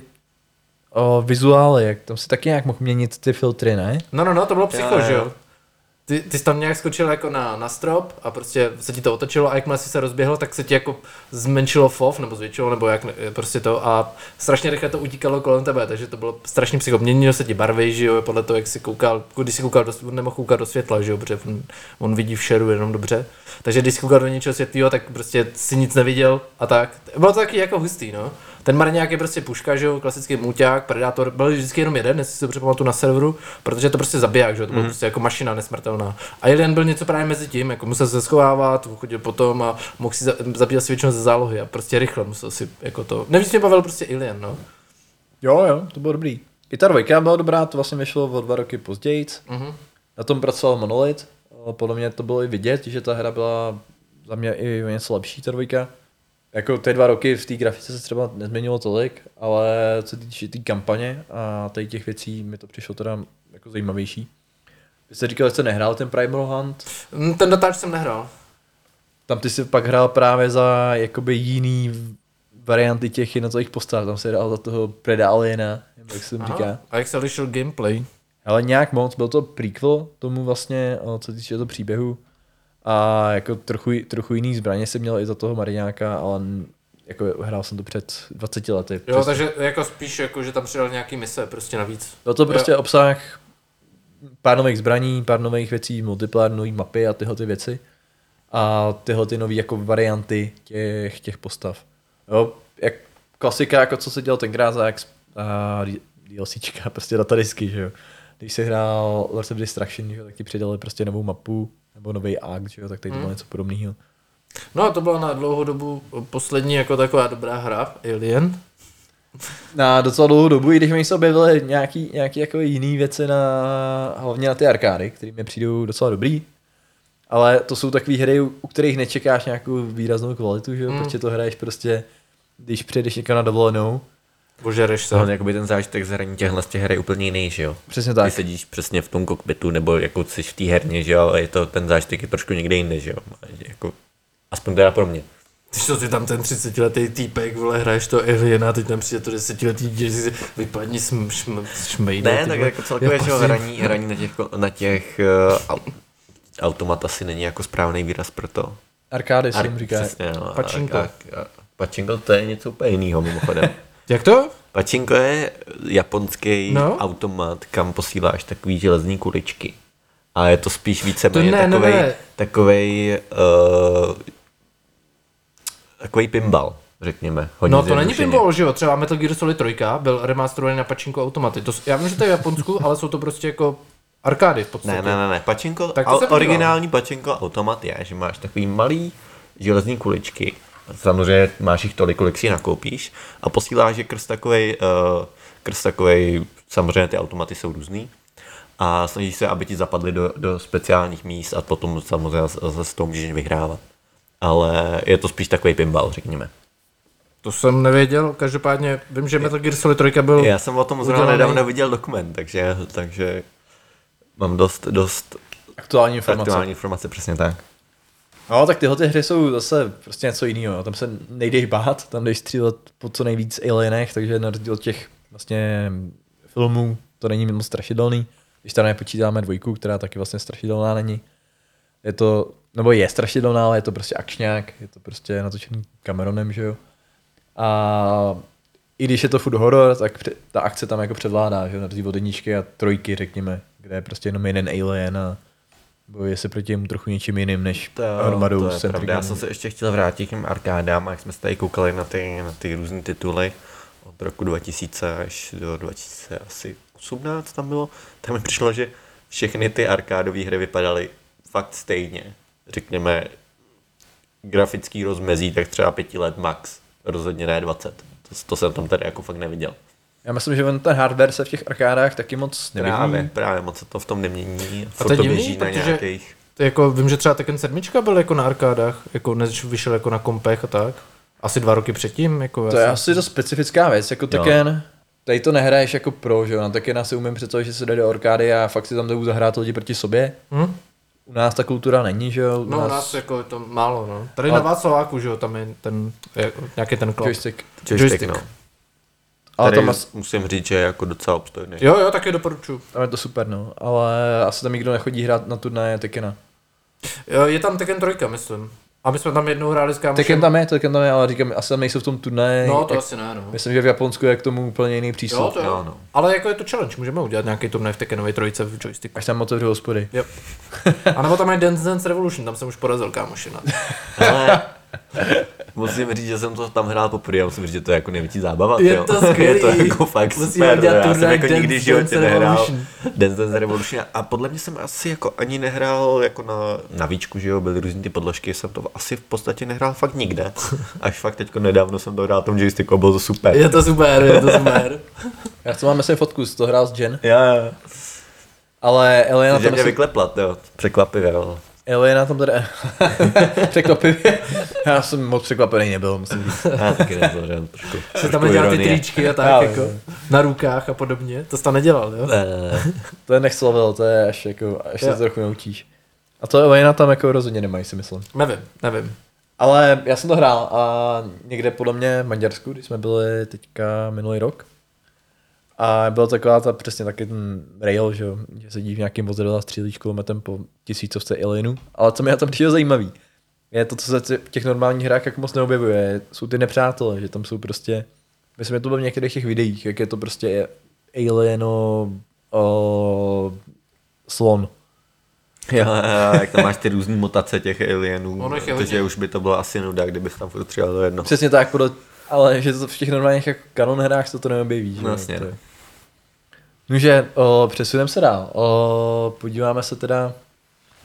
o, vizuály, jak tam si taky nějak mohl měnit ty filtry, ne? No, no, no, to bylo psycho, Jo, že jo. jo. Ty, ty jsi tam nějak skočil jako na, na strop a prostě se ti to otočilo a jakmile si se rozběhlo, tak se ti jako zmenšilo fof nebo zvětšilo nebo jak ne- prostě to a strašně rychle to utíkalo kolem tebe, takže to bylo strašně psycho. Měnilo se ti barvy, že jo, podle toho, jak si koukal, když si koukal, do, on nemohl koukat do světla, že jo, protože on, on vidí v šeru jenom dobře. Takže když si koukal do něčeho světlého, tak prostě si nic neviděl a tak. Bylo to taky jako hustý, no. Ten Mariňák je prostě puška, že jo, klasický mulťák, Predátor, byl vždycky jenom jeden, jestli si dobře pamatuju na serveru, protože je to prostě zabiják, že jo, to byl Mm. prostě jako mašina nesmrtelná. A Alien byl něco právě mezi tím, jako musel se schovávat, chodil potom a mohl si za, zabíjet si většinou ze zálohy a prostě rychle musel si jako to. Nejvíc mě bavil prostě Alien, no. Jo, jo, to bylo dobrý. I ta dvojka byla dobrá, to vlastně vyšlo o dva roky později. Mhm. Na tom pracoval Monolith, ale podle mě to bylo i vidět, že ta hra byla za mě i o něco lepší, ta dvojka. Jako ty dva roky v té grafice se třeba nezměnilo tolik, ale co se týče té kampaně a tady těch věcí mi to přišlo teda jako zajímavější. Vy jste říkal, že jste nehrál ten Primal Hunt, Mm, Ten datáč jsem nehrál. tam ty si pak hrál právě za jakoby jiný varianty těch jednotlivých postav, tam si hrál za toho Predaliena, jak se jim říká. A jak se lišil gameplay? Ale nějak moc, byl to prequel tomu vlastně, o, co se týče toho příběhu. A jako trochu, trochu jiný zbraně jsem měl i za toho Mariňáka, ale n- jako hrál jsem to před dvaceti lety. Jo, Přes- takže jako spíš jako, že tam přidal nějaký mise prostě navíc. Byl to prostě obsah pár nových zbraní, pár nových věcí, multiplayer, nový mapy a tyhle ty věci. A tyhle ty nové jako varianty těch, těch postav. Jo, jak klasika, jako co se dělal tenkrát za X, a DLCčka, prostě datadisky, že jo. Když se hrál Lords of Destruction, že jo, tak ti přidali prostě novou mapu, nebo nový akt, že jo, tak tady to bylo Hmm. něco podobného. No a to byla na dlouhou dobu poslední jako taková dobrá hra, Alien. Na docela dlouhou dobu, i když mi se objevily nějaký, nějaký jako jiný věci, na, hlavně na ty arkády, které mi přijdou docela dobrý. Ale to jsou takové hry, u kterých nečekáš nějakou výraznou kvalitu, že jo? Mm. Protože to hraješ prostě, když přijedeš někam na dovolenou. Požereš se. Ale jakoby ten zážitek z hraní těchhle z těch her je úplně jiný, že jo? Přesně tak. Ty sedíš přesně v tom kokpitu, nebo jako jsi v té herně, že jo? Ale je to, ten zážitek je trošku někde jinde, že jo? Jako, aspoň teda pro mě. Když to ty tam ten třicetiletý týpek, vole, hraješ to Aliena, teď tam přijde to desetiletý dítě, že si vypadni šm, šm, šmejde. Ne, tak jako celkově, že jo, hraní, hraní na těch, na těch uh, automat asi není jako správný výraz pro to. Arkády si Ar- jim říká. Přesně, no. Pačinko. A, a, a, pačinko to je něco úplně jiného mimochodem. Jak to? Pačinko je japonský No. automat, kam posíláš takový železní kuličky. A je to spíš víceméně To ne, takovej, ne, ne. takovej, uh, takovej pinball, řekněme. Hodně No to není zjednodušeně. pinball, že jo, třeba Metal Gear Solid tři byl remasterovaný na pačinko automaty. To, já vím, že to je v Japonsku, ale jsou to prostě jako arkády v podstatě. Ne, ne, ne, ne. Pačinko, Tak to al, jsem podíval. originální pačinko automat je, že máš takový malý železní kuličky. Samozřejmě máš jich tolik, kolik si je nakoupíš a posíláš je krz takovej, uh, krz takovej, samozřejmě ty automaty jsou různý a snažíš se, aby ti zapadly do, do speciálních míst a potom samozřejmě zase to můžeš vyhrávat. Ale je to spíš takový pinball, řekněme. To jsem nevěděl, každopádně vím, že Metal Gear Solid tři byl... Já jsem o tom zrovna udělaný- nedávno viděl dokument, takže, takže mám dost, dost Aktuální informace. aktuální informace, přesně tak. No, tak tyhle ty hry jsou zase prostě něco jiného. Tam se nejdeš bát, tam jdeš střílet po co nejvíc alienech, takže na rozdíl od těch vlastně filmů to není moc strašidelný. Když tam nepočítáme dvojku, která taky vlastně strašidelná není. Je to, nebo je strašidelná, ale je to prostě akčňák, je to prostě natočený Cameronem, že jo. A i když je to furt horor, tak ta akce tam jako převládá, že jo, na rozdíl od jedničky a trojky, řekněme, kde je prostě jenom jeden alien a bojuje se proti němu trochu něčím jiným, než To, hromadou to je Centric pravda. Já Gunů. jsem se ještě chtěl vrátit k těm arkádám, a jak jsme se tady koukali na ty, na ty různé tituly od roku dva tisíce až do dva tisíce osmnáct tam bylo, tam mi přišlo, že všechny ty arkádové hry vypadaly fakt stejně. Řekněme, grafický rozmezí, tak třeba pěti let max, rozhodně ne dvacet. To, to jsem tam tady jako fakt neviděl. Já myslím, že on ten hardware se v těch arkádách taky moc nevyvíjí. Právě, právě moc se to v tom nemění. A to je to divný, běží na protože- nějakých... To jako, vím, že třeba Tekken sedm byl jako na arkádách, jako než vyšel jako na kompech a tak. Asi dva roky předtím. Jako To je já asi to specifická věc, jako Tekken. Tady to nehraješ jako pro, že jo, na Tekkena si umím představit, že se jde do arkády a fakt si tam jdou zahrát lidi proti sobě. Hm? U nás ta kultura není, že jo. U No u nás jako je to málo, no. Tady Ale- na Václaváku, že jo, tam je ten, je, nějaký ten klap. joystick. Joystick, Joystick. no. Ale Tady tam, as, musím říct, že je jako docela obstojný. Jo, jo, taky doporučuji. tam je to super, no. Ale asi tam nikdo nechodí hrát na turnaje Tekkena. Jo, je tam Tekken tři, myslím. A my jsme tam jednou hráli s kámošem. Tekken tam je, Tekken tam je, ale říkám, asi tam nejsou v tom turnaji. No, to jak, asi ne, no. myslím, že v Japonsku je k tomu úplně jiný přístup. Jo, to jo. Jo, no. Ale jako je to challenge, můžeme udělat nějaký turnaj v Tekkenově trojce v joysticku. Až tam otevřu hospody. Jo. A nebo tam je Dance Dance Revolution, tam jsem už porazil kámoši na. Ale musím říct, že jsem to tam hrál poprvé a musím říct, že to je jako největší zábava. Je jo. to skvělý. Je to jako fakt Musíme super. udělat Já jsem turnaj jako Dance nikdy v životě Dance nehrál Revolution. Dance Dance Revolution a podle mě jsem asi jako ani nehrál jako na, na víčku, že jo, byly různý ty podložky, jsem to asi v podstatě nehrál fakt nikde. Až fakt teďko nedávno jsem to hrál tom joysticku a bylo to super. Je to super, je to super. Já to mám myslím fotku, z toho hrál s Jen. Já, já. Ale Elena Že tam, mě asi, vyklepla, jo, překvapivě, jo. Elena tam teda překvapivě. Já jsem moc překvapený nebyl, musím říct. Já taky nebyl, že trošku. Se tam trošku dělal ty ironie. tričky a tak, Jo, jako jo. na rukách a podobně. To jsi tam nedělal, jo? Ne, ne, ne. To je next level, to je až jako, až se Jo. to trochu naučíš. A to Elena tam jako rozhodně nemají, si myslím. Nevím, nevím. Ale já jsem to hrál a někde podle mě v Maďarsku, když jsme byli teďka minulý rok. A byla taková ta přesně taky ten rail, že, jo, že sedí v nějakém vozidle a střílíš kulometem po tisícovce alienů. Ale co mi na tom přijde zajímavý, je to, co se v těch normálních hrách jak moc neobjevuje, jsou ty nepřátelé, že tam jsou prostě, myslím, že to bylo v některých těch videích, jak je to prostě alieno o, slon. Jo, jo, jak tam máš ty různý mutace těch alienů, Ono jich je protože hodně. už by to bylo asi nuda, kdybys tam furt přijal do jedno. Přesně tak, podle, ale že to v těch normálních jako kanon hrách se to neobjeví. Že? No, jasně, To no. je- No, že o, přesuneme se dál. O, podíváme se teda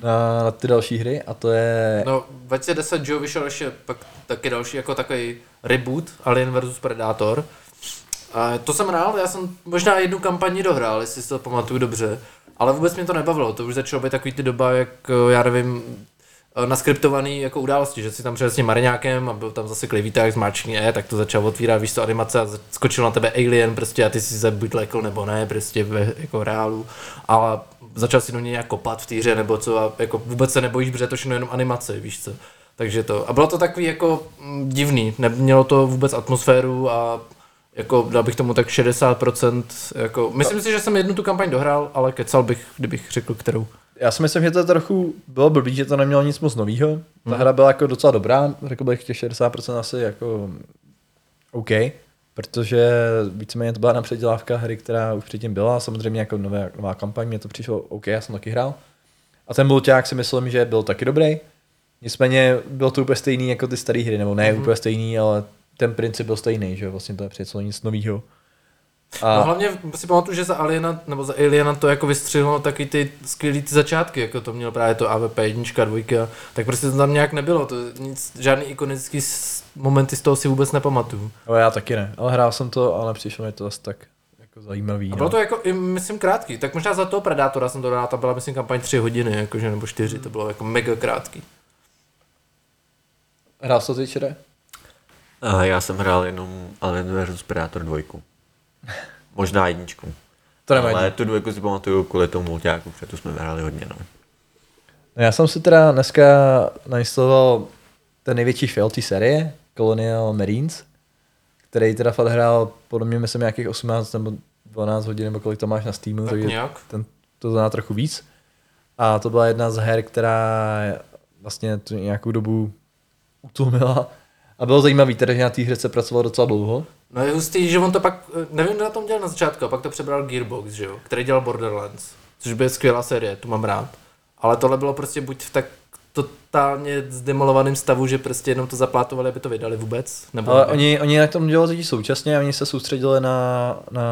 na, na ty další hry a to je... No, dva tisíce deset Joe vyšel ještě pak taky další, jako takový reboot, Alien versus Predator. A to jsem hrál, já jsem možná jednu kampaní dohrál, jestli si to pamatuju dobře, ale vůbec mě to nebavilo, to už začalo být takový ty doba, jak já nevím, naskriptovaný jako události, že si tam přijel s tím mariňákem a byl tam zase klivíták, zmáčkni E, tak to začal otvírat, víš to, animace a skočil na tebe alien prostě a ty si se buď lekl nebo ne, prostě ve, jako reálu a začal si do něj nějak kopat v té hře nebo co a jako vůbec se nebojíš, protože to všechno jenom animace, víš co. Takže to, a bylo to takový jako m, divný, nemělo to vůbec atmosféru a jako dal bych tomu tak šedesát procent, jako, myslím no. si, že jsem jednu tu kampaň dohrál, ale kecal bych, kdybych řekl kterou. Já si myslím, že to trochu bylo blbý, že to nemělo nic moc novýho. Ta hmm. hra byla jako docela dobrá, řekl bych těch šedesát procent asi jako OK, protože víceméně to byla na předělávka hry, která už předtím byla, samozřejmě jako nová, nová kampaň, mě to přišlo OK, já jsem taky hrál. A ten mulťák si myslím, že byl taky dobrý, nicméně bylo to úplně stejný jako ty staré hry, nebo ne hmm. úplně stejný, ale ten princip byl stejný, že vlastně to je přece nic novýho. A no hlavně si pamatuju, že za Aliena, nebo za Aliena to jako vystřihlo taky ty skvělý ty začátky, jako to mělo právě to A V P jedna, dva, tak prostě to tam nějak nebylo, to nic, žádný ikonický momenty z toho si vůbec nepamatuju. No já taky ne, ale hrál jsem to, ale nepřišlo mi to zase tak jako zajímavý. A bylo no. to jako, i, myslím, krátký, tak možná za toho Predátora jsem to dal, tam byla myslím kampaň tři hodiny, jakože, nebo čtyři, to bylo jako mega krátký. Hrál jsi to ty čere? A já jsem hrál jenom Alien versus Predator dva. Možná jedničku. To nevadí. Ale tu dvojku si pamatuju kvůli tomu mulťáku, protože tu jsme hráli hodně. No. No já jsem si teda dneska nainstaloval ten největší fail té série, Colonial Marines, který teda fakt hrál podle mě myslím nějakých osmnáct nebo dvanáct hodin, nebo kolik to máš na Steamu, tak takže ten, to zná trochu víc. A to byla jedna z her, která vlastně tu nějakou dobu utlumila. A bylo zajímavý, teda, že na té hře se pracovalo docela dlouho. No je hustý, že on to pak, nevím, kdo na tom dělal na začátku, a pak to přebral Gearbox, že jo, který dělal Borderlands, což byla skvělá série, tu mám rád. Ale tohle bylo prostě buď v tak totálně zdemolovaném stavu, že prostě jenom to zaplátovali, aby to vydali vůbec. Nebo ale oni, oni na tom dělali teď současně a oni se soustředili na, na,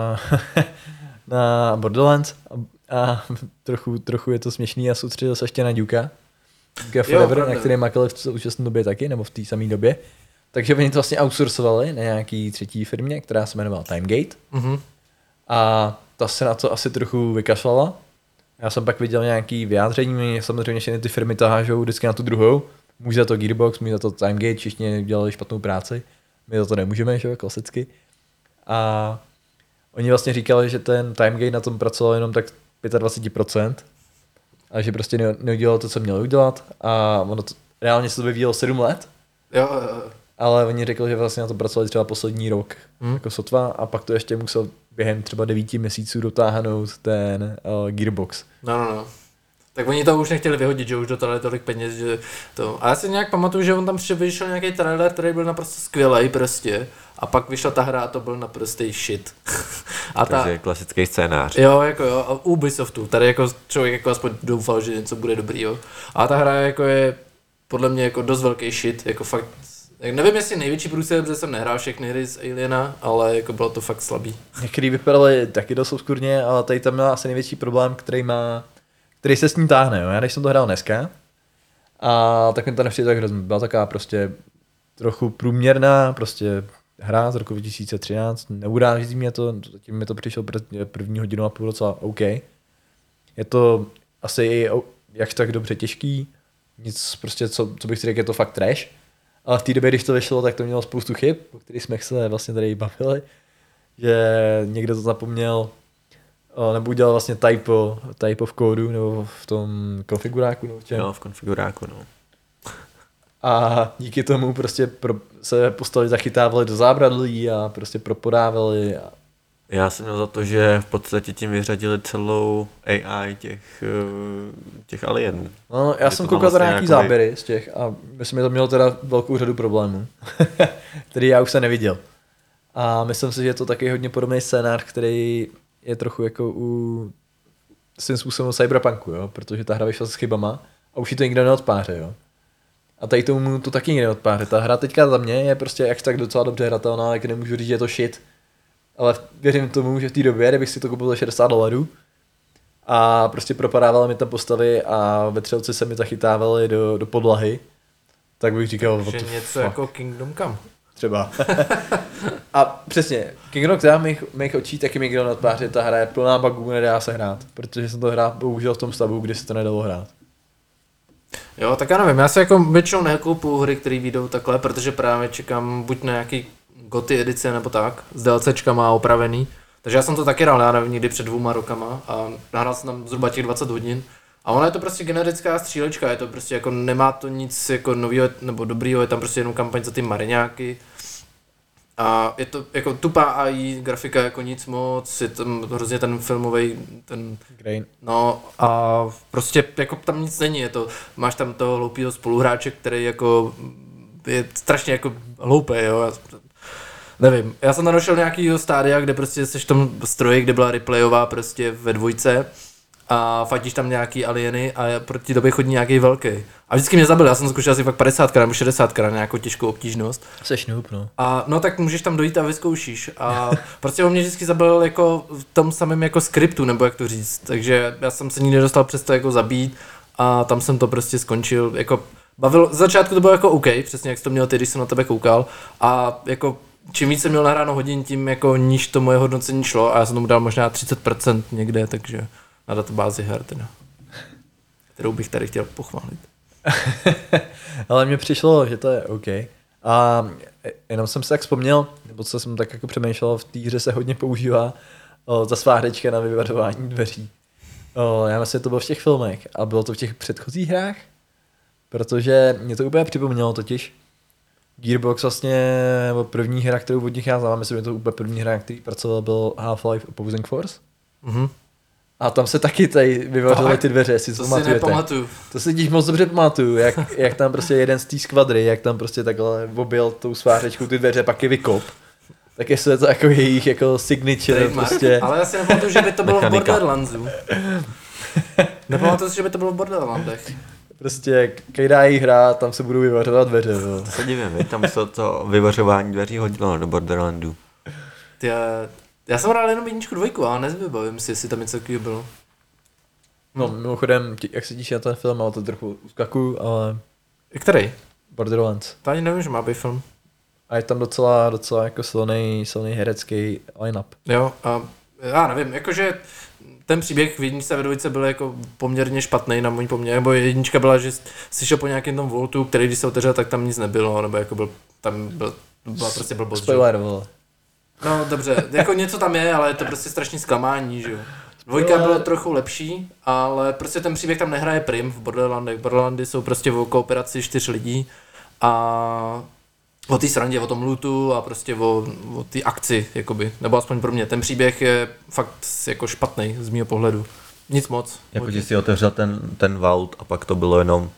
na Borderlands a, a trochu, trochu je to směšný a soustředili se ještě na Duka. Duka Forever, na který makali v současné době taky, nebo v té samé době. Takže oni to vlastně outsourcovali na nějaký třetí firmě, která se jmenovala Timegate. Mm-hmm. A ta se na to asi trochu vykašlala. Já jsem pak viděl nějaký vyjádření, samozřejmě všechny ty firmy to hážou vždycky na tu druhou. Může za to Gearbox, může za to Timegate, všichni dělali špatnou práci. My za to nemůžeme, že jo, klasicky. A oni vlastně říkali, že ten Timegate na tom pracoval jenom tak dvacet pět procent. A že prostě neudělal to, co měl udělat. A ono to, reálně se to vyvíjelo sedm let. Jo, jo. Ale oni řekli, že vlastně na to pracovali třeba poslední rok, hmm. jako sotva, a pak to ještě musel během třeba devíti měsíců dotáhnout ten uh, Gearbox. No, no, no. Tak oni to už nechtěli vyhodit, že už dotali tolik peněz, že to... A já si nějak pamatuju, že on tam přišel, vyšel nějaký trailer, který byl naprosto skvělej prostě. A pak vyšla ta hra a to byl naprostý shit. A ta... Takže klasický scénář. Jo, jako jo, a Ubisoftu. Tady jako člověk jako aspoň doufal, že něco bude dobrý, jo. A ta hra jako je podle mě jako dost velký shit, jako fakt... Nevím, jestli největší průser, protože jsem nehrál všechny hry z Aliena, ale jako bylo to fakt slabý. Některý vypadaly taky dost obskurně, ale tady tam měla asi největší problém, který má, který se s ním táhne. Jo? Já když jsem to hrál dneska, a tak mi to nepřijde tak hrozně. Byla taková prostě trochu průměrná, prostě hra z roku dva tisíce třináct, neuráží mě to, zatím mi to přišlo první hodinu a půl docela OK. Je to asi i jakž tak dobře těžký, nic prostě, co, co bych si řekl, je to fakt trash. Ale v té době, když to vyšlo, tak to mělo spoustu chyb, o kterých jsme se vlastně tady bavili, že někdo to zapomněl, nebo udělal vlastně typo, typo v kódu, nebo v tom konfiguráku. Nebo jo, v konfiguráku, no. A díky tomu prostě pro, se postavy zachytávali do zábradlí a prostě propodávali. A... Já jsem měl za to, že v podstatě tím vyřadili celou A I těch, těch alienů. No, já jsem koukal vlastně nějaký nějakou... záběry z těch a myslím, že to mělo teda velkou řadu problémů, který já už se neviděl. A myslím si, že je to taky hodně podobný scénář, který je trochu jako u svým způsobem cyberpunku, jo? Protože ta hra vyšla s chybama a už ji to nikdo neodpáře, jo. A tady tomu to taky nikdo neodpáře. Ta hra teďka za mě je prostě jak tak docela dobře hratelná, ale nemůžu říct, že je to shit. Ale věřím tomu, že v té době, kdybych si to koupil za šedesát dolarů a prostě propadávaly mi tam postavy a vetřelci se mi zachytávali do, do podlahy, tak bych říkal, Že něco fuck. Jako Kingdom Come. Třeba. A přesně, Kingdom Come mých, mých očí taky mi kdo na tváři, ta hra je plná bugů, nedá se hrát, protože jsem to hrál bohužel v tom stavu, kdy se to nedalo hrát. Jo, tak já nevím, já si jako většinou nekoupu hry, které vyjdou takhle, protože právě čekám buď na nějaký goty edice nebo tak, s DLCčkama opravený. Takže já jsem to taky hrál, já nevím, někdy před dvouma rokama a nahrál jsem tam zhruba těch dvacet hodin. A ona je to prostě generická střílečka, je to prostě jako nemá to nic jako novýho nebo dobrýho, je tam prostě jenom kampaň za ty mariňáky. A je to jako tupá á í, grafika jako nic moc, je tam hrozně ten filmový ten Grain. No a prostě jako tam nic není, je to, máš tam toho hloupýho spoluhráče, který jako je strašně jako hloupý, jo. Já, nevím, já jsem nadošel nějakýho stádia, kde prostě jsi v tom stroji, kde byla replayová prostě ve dvojce a fatíš tam nějaký alieny a proti tobě chodí nějaký velký. A vždycky mě zabil, já jsem zkoušel asi fakt padesátkrát nebo šedesátkrát nějakou těžkou obtížnost. Seš noob, no. A no tak můžeš tam dojít a vyzkoušíš. A prostě on mě vždycky zabil jako v tom samém jako skriptu, nebo jak to říct. Takže já jsem se nikdy nedostal přes to jako zabít a tam jsem to prostě skončil. Jako bavil, z začátku to bylo jako OK, přesně jak jsi to měl ty, když jsem na tebe koukal. A jako čím víc jsem měl nahráno hodin, tím jako níž to moje hodnocení šlo a já jsem tomu dal možná třicet procent někde, takže na databázi her teda, kterou bych tady chtěl pochválit. Ale mně přišlo, že to je OK. A jenom jsem se tak vzpomněl, nebo co jsem tak jako přemýšlel, v té hře se hodně používá o, ta svářečka na vyvařování dveří. O, já myslím, že to bylo v těch filmech a bylo to v těch předchozích hrách, protože mě to úplně připomnělo totiž. Gearbox vlastně, nebo první hra, kterou od nich já znám, myslím, že to úplně první hra, který pracoval, byl Half-Life Opposing Force. Mhm. A tam se taky tady vyvařovaly ty dveře, jestli to si pamatujete. nepamatuju. To si díš moc dobře pamatuju, jak, jak tam prostě jeden z té skvadry, jak tam prostě takhle objel tou svářečkou ty dveře, pak je vykop. Tak jestli je to jako jejich jako signature Trademark. prostě. Ale já si nepamatuju, že by to bylo v Mechanika. Borderlandsu. Nepamatuju si, že by to bylo v Borderlandech. Prostě každá jejich hra, tam se budou vyvařovat dveře. No. To se divím, vy? Tam se to vyvařování dveří hodilo do Borderlandu. Já, já jsem hrál jenom jedničku, dvojku, ale nezvybavím si, jestli tam něco takového bylo. No mimochodem, tí, jak se díš na ten film, ale to trochu uskakuju, ale Který? Borderlands. To ani nevím, že má být film. A je tam docela, docela jako silný, silný herecký line-up. Jo, a já nevím, jakože ten příběh v jedničce a ve dvojce byl jako poměrně špatný na můj poměr, nebo jednička byla, že jsi šel po nějakém tom voltu, který když se otevřel, tak tam nic nebylo, nebo jako byl, tam byl, byla prostě blbost. Spoiler, vole. No dobře, jako něco tam je, ale je to prostě strašný zklamání, že jo. Dvojka byla trochu lepší, ale prostě ten příběh tam nehraje prim v Borderlandech. Borderlandy jsou prostě o kooperaci čtyř lidí a o té srandě, o tom lootu a prostě o, o té akci, jakoby. Nebo aspoň pro mě. Ten příběh je fakt jako špatný z mého pohledu. Nic moc. Jako že si otevřel ten, ten vault a pak to bylo jenom...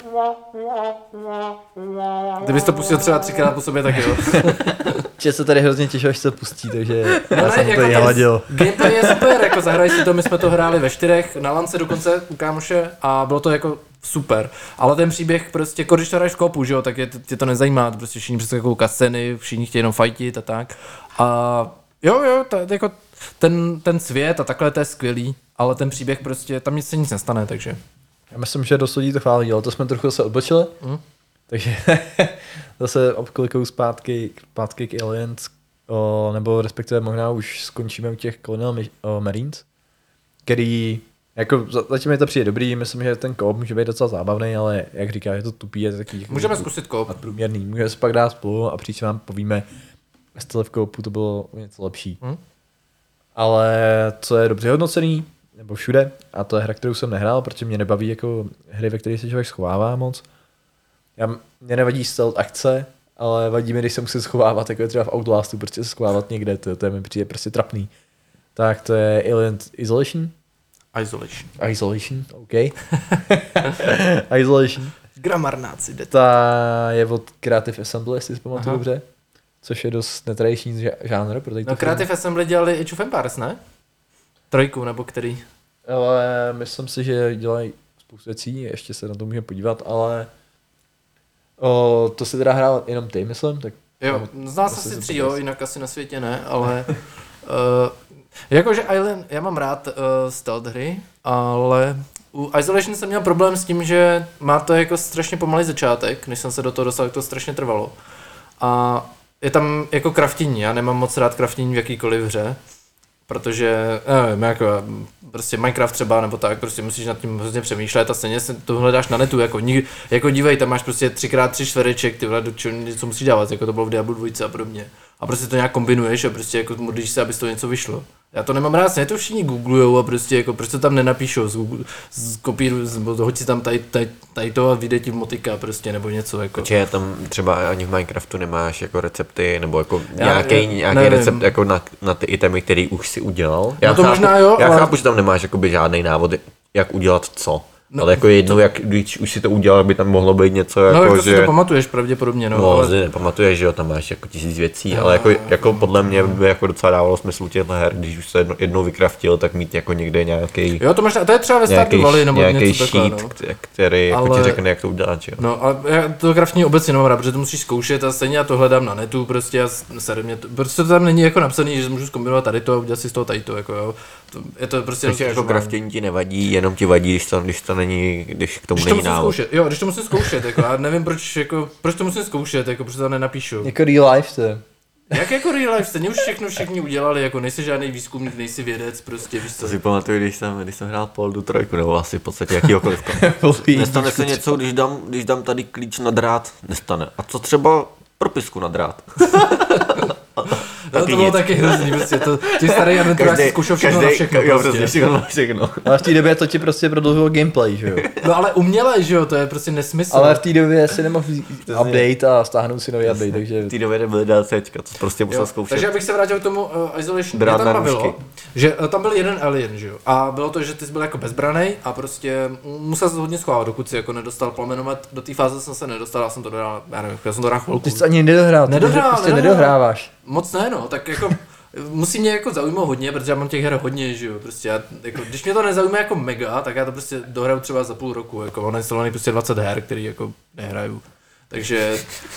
Kdybys to pustil třeba třikrát po sobě, tak jo. Že se tady hrozně těšil, až se pustí, takže já ne, jsem to jako tady ten hladil. Gameplay je super, jako zahraj si to, my jsme to hráli ve čtyřech, na lance dokonce u kámoše a bylo to jako super. Ale ten příběh prostě, jako když to hraješ v kopu, že jo, tak je, tě to nezajímá, prostě všichni přes jako scény, všichni chtějí jenom fightit a tak. A jo, jo, to, jako ten, ten svět a takhle to je skvělý, ale ten příběh prostě, tam nic se nic nestane, takže. Já myslím, že dost lidí to chválí, ale to jsme trochu zase odbočili. Mm. Takže zase obklikou zpátky, zpátky k Aliens, o, nebo respektive možná už skončíme u těch Colonial Marines, který, jako zatím je to přijde dobrý, myslím, že ten koop může být docela zábavný, ale jak říká, je to tupý, je to takový Můžeme zkusit koop. nadprůměrný. Můžeme se pak dát spolu a příště vám povíme, jestli v koopu to bylo něco lepší. Mm. Ale co je dobře hodnocený, nebo všude, a to je hra, kterou jsem nehrál, protože mě nebaví jako hry, ve kterých se člověk schovává moc. Já, mě nevadí stealth akce, ale vadí mi, když se musím schovávat, jako je třeba v Outlastu, prostě se schovávat někde, to, to je mi přijde prostě trapný. Tak to je Alien Isolation. Isolation. Isolation, OK. Isolation. Gramarnáci, jde. Ta je od Creative Assembly, jestli si pamatuju Aha. dobře. Což je dost netradiční ža- žánr pro No Creative Assembly dělali Age of Empires, ne? Trojku, nebo který? Ale myslím si, že dělají spoustu věcí, ještě se na to můžeme podívat, ale o, to si teda hrál jenom ty, myslím. Tak Jo, z nás asi asi to tři, jo, pověz. jinak asi na světě ne, ale uh, Jakože Island, já mám rád uh, stealth hry, ale u Isolation jsem měl problém s tím, že má to jako strašně pomalý začátek, než jsem se do toho dostal, jak to strašně trvalo. A je tam jako craftění, já nemám moc rád craftění v jakýkoliv hře, protože, nevím, jako prostě Minecraft třeba, nebo tak, prostě musíš nad tím hrozně přemýšlet a stejně se to hledáš na netu, jako, jako dívej, tam máš prostě tři krát tři čtvereček, ty vole, do čeho něco musíš dávat, jako to bylo v Diablo dva a podobně. A prostě to nějak kombinuješ a prostě jako modlíš se, aby z toho něco vyšlo. Já to nemám rád, ne to všichni googlujou a prostě jako proč to tam nenapíšou, z Google, z kopíru, hoď si tam tady, tady, tady to a vyjde ti motika prostě nebo něco jako. Protože tam třeba ani v Minecraftu nemáš jako recepty nebo jako Já- nějaký, já- nějaký nevím. recept jako na, na ty itemy, který už si udělal. Já No to chápu, možná jo, já ale- chápu, že tam nemáš jakoby žádný návod, jak udělat co. No, ale jako jednou, jak když už si to udělal, by tam mohlo být něco jako, No jako si že... to pamatuješ pravděpodobně, no. No, ale... ale... nepamatuješ, že jo, tam máš jako tisíc věcí, Jo, ale jako, jo, jako podle mě by jako docela dávalo smysl těchto her, když už se jedno, jednou vykraftil, tak mít jako někde nějaký Jo, to možná, to je třeba ve Stardew nějaký, Valley nebo nějaký něco takhle, sheet, no. kt- který jako Ale- ti řekne, jak to udělat, že jo. No, ale já to crafting obecně nemám rád, protože to musíš zkoušet a stejně já to hledám na netu prostě a sere mě to, prostě to tam není jako napsaný, že můžu zkombinovat tady to a udělat si z toho tady to, jako jo. To, je to prostě Takže jako rozlišování. crafting ti nevadí, jenom ti vadí, když to, když to není, když k tomu Když to není musím návod. zkoušet, jo, když to musím zkoušet, jako, já nevím proč, jako, proč to musím zkoušet, jako, proč to tam nenapíšu. Jako real life to je. Jak jako real life, stejně už všechno všichni udělali, jako nejsi žádný výzkumník, nejsi vědec, prostě víš co. To si pamatuju, když jsem, když jsem hrál Poldu trojku, nebo asi v podstatě jakýhokoliv. Nestane se něco, když dám, když dám tady klíč na drát? Nestane. A co třeba propisku na drát? No, to bylo nic. taky hrozný, prostě to, ty starý adventurák si zkoušel všechno na všechno, jo, prostě. prostě. všechno na všechno. Ale v té době to ti prostě prodloužilo gameplay, že jo? No ale uměle, že jo, to je prostě nesmysl. Ale v té době si nemohl vzít update a stáhnout si nový update, takže... V té době nebyly DLCčka, to prostě musel Jo, zkoušet. takže abych se vrátil k tomu uh, Isolation. Drát Mě na tam bavilo, nůžky. že uh, tam byl jeden alien, že jo? A bylo to, že ty jsi byl jako bezbranej a prostě mm, musel se hodně schovávat, dokud si jako nedostal plamenomet. Do té fáze jsem se nedostal, já jsem to dohrál, já nevím, já jsem to hrál chvilku. Ty jsi to ani nedohrál, ty Nedohrál, prostě nedohrál. nedohráváš. Moc ne, no, tak jako musí mě jako zaujmout hodně, protože já mám těch her hodně, že jo, prostě já, jako, když mě to nezaujme jako mega, tak já to prostě dohraju třeba za půl roku, jako mám nainstalovaný prostě dvacet her, který jako nehraju. Takže,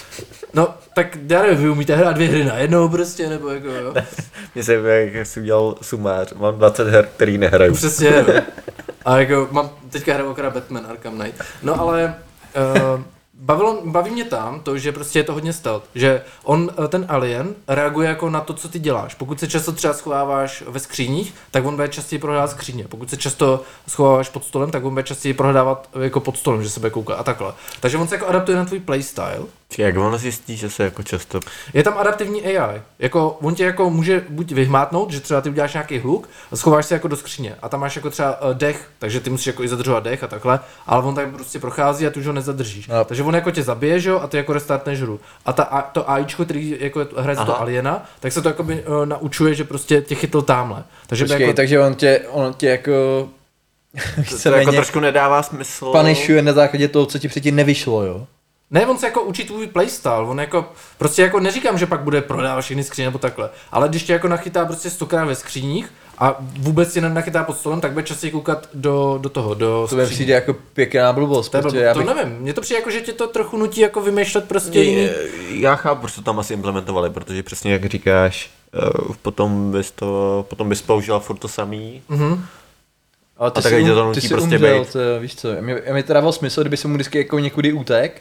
no, tak já nevím, vy umíte hrát dvě hry najednou prostě, nebo jako jo. Mně se jak jsem udělal sumář, mám dvacet her, který nehraju. Přesně, no. A jako mám, teďka hraju akorát Batman Arkham Knight. No ale uh, bavilo, baví mě tam to, že prostě je to hodně stealth, že on, ten alien, reaguje jako na to, co ty děláš. Pokud se často třeba schováváš ve skříních, tak on bude častěji prohledávat skříně. Pokud se často schováváš pod stolem, tak on bude častěji prohledávat jako pod stolem, že se bude koukat a takhle. Takže on se jako adaptuje na tvůj playstyle. Či jak ono zjistí, že se jako často... Je tam adaptivní A I. Jako, on tě jako může buď vyhmátnout, že třeba ty uděláš nějaký hluk a schováš se jako do skříně a tam máš jako třeba uh, dech, takže ty musíš jako i zadržovat dech a takhle, ale on tam prostě prochází a ty už ho nezadržíš. No. Takže on jako tě zabije, že jo, a ty jako restartneš hru. A ta, a to AIčko, který jako hraje za to aliena, tak se to jako by, uh, naučuje, že prostě tě chytl tamhle. Takže Počkej, jako, takže on tě, on tě jako... To, to jako víceméně trošku nedává smysl. punishuje na základě toho, co ti předtím nevyšlo, jo? Ne, on se jako učí tvůj playstyle, on jako, prostě jako neříkám, že pak bude prodávat všechny skříně nebo takhle, ale když tě jako nachytá prostě stokrát ve skříních a vůbec tě nenachytá pod stolem, tak bude častěji koukat do, do toho, do To mi skříní. přijde jako pěkná blbost, To, je protože blbý, já to bych... nevím, mně to přijde jako, že tě to trochu nutí jako vymýšlet prostě jiný. Je, já chápu, proč to tam asi implementovali, protože přesně jak říkáš, uh, potom bys to, potom bys použil furt to samý. Mhm. Ale ty A tak jsi, ať to tam um, nutí ty jsi prostě umřel, být. to, víš co, mě, mě to dával smysl, kdyby se mu vždycky jako někudy utek,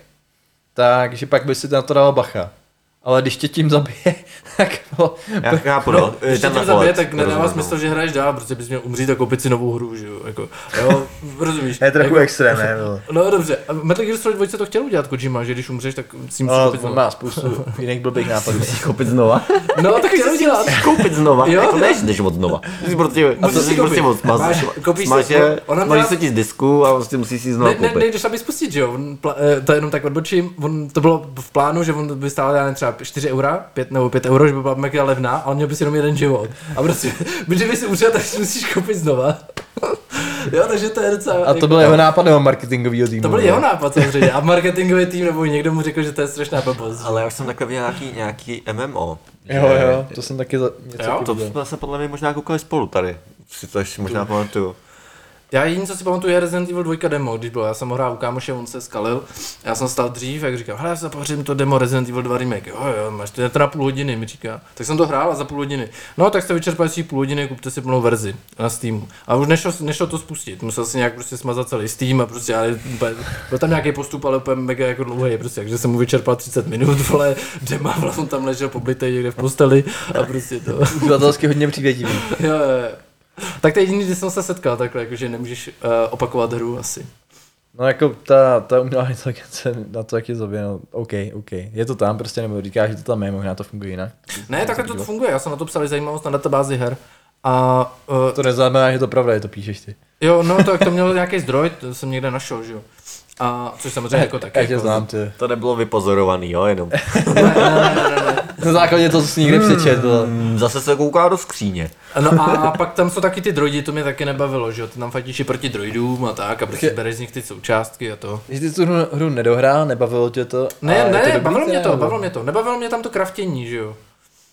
takže pak by si na to dával bacha. Ale když tě tím zabije, tak to... Já chápu, No, no. když tě ten tím nahled, zabije, tak nedává rozumím, smysl, no. že hraješ dál, protože bys měl umřít a koupit si novou hru, že jo, jako, jo, rozumíš. Je trochu jako, extrém, ne? No dobře, a Metal Gear Solid dva to chtěl udělat Kojima, že když umřeš, tak si musíš No, koupit on znovu. má spoustu jiných blbých nápadů. Koupit znova? No, tak chtěl udělat. Koupit znova? Jo? Jako než jdeš od znova. Musíš prostě, A co musíš si prostě koupit? od smaz, Máš- koupíš si- smaže, ona smaží měla- se ti z disku a prostě musíš si znovu Ne, ne, koupit. nejdeš tam spustit, že jo, on, pla, eh, to jenom tak odbočím, on, to bylo v plánu, že on by stál, já nevím, třeba čtyři eura, pět nebo pět euro, že by byla mega levná, ale měl by si jenom jeden život. A prostě, když by si umřel, tak si musíš koupit znova. Jo, takže to je docela... A to byl jeho nápad nebo marketingovýho týmu? To byl ne? jeho nápad samozřejmě a marketingový tým nebo někdo mu řekl, že to je strašná blbost. Ale já už jsem takhle viděl nějaký, nějaký M M O. Jo, jo, to jsem taky za, něco Jo, taky To viděl. jsme se podle mě možná koukali spolu tady. Si to ještě možná pamatuju. Já jediný, co si pamatuju, je Resident Evil dva demo, když bylo, já jsem ho hrál u kámoše, on se skalil, já jsem stal dřív, jak říkal, hele, já se pořím to demo Resident Evil dva remake, jo, jo, máš to, je to na půl hodiny, mi říká, tak jsem to hrál a za půl hodiny, no tak jste vyčerpali si půl hodiny, kupte si plnou verzi na Steamu, a už nešlo, nešlo to spustit, musel si nějak prostě smazat celý Steam a prostě, ale byl tam nějaký postup, ale úplně mega jako dlouhý, prostě, takže jsem mu vyčerpal třicet minut, vole, dema, vole, on tam ležel poblitej někde v posteli a prostě to. Uživatelsky hodně přívětivý. Jo, jo, jo. Tak to je jediný, kdy jsem se setkal takhle, jakože nemůžeš uh, opakovat hru asi. No jako ta, ta umělá inteligence na to, jak je zabije, no OK, OK. Je to tam prostě, nebo říkáš, že to tam je, možná to funguje jinak. Ne, takhle to funguje, já jsem na to psal zajímavost na databázi her. A, uh, To neznamená, že to pravda je, to píšeš ty. jo, no tak to měl nějaký zdroj, to jsem někde našel, že jo. A což samozřejmě jako taky. Já tě jako, znám, ty. To nebylo vypozorovaný, jo, jenom. Ne, ne, ne, ne, ne. Na základě toho, co jsi nikdy přečetl. Mm, Zase se kouká do skříně. No a pak tam jsou taky ty droidi, to mě taky nebavilo, že jo, ty tam fatíš i proti droidům a tak a prostě bereš z nich ty součástky a to. Když ty tu hru, hru nedohrál, nebavilo tě to? Ne, a je ne, to dobrý, bavilo mě teda, to, nebo? bavilo mě to, nebavilo mě tam to kraftění, že jo.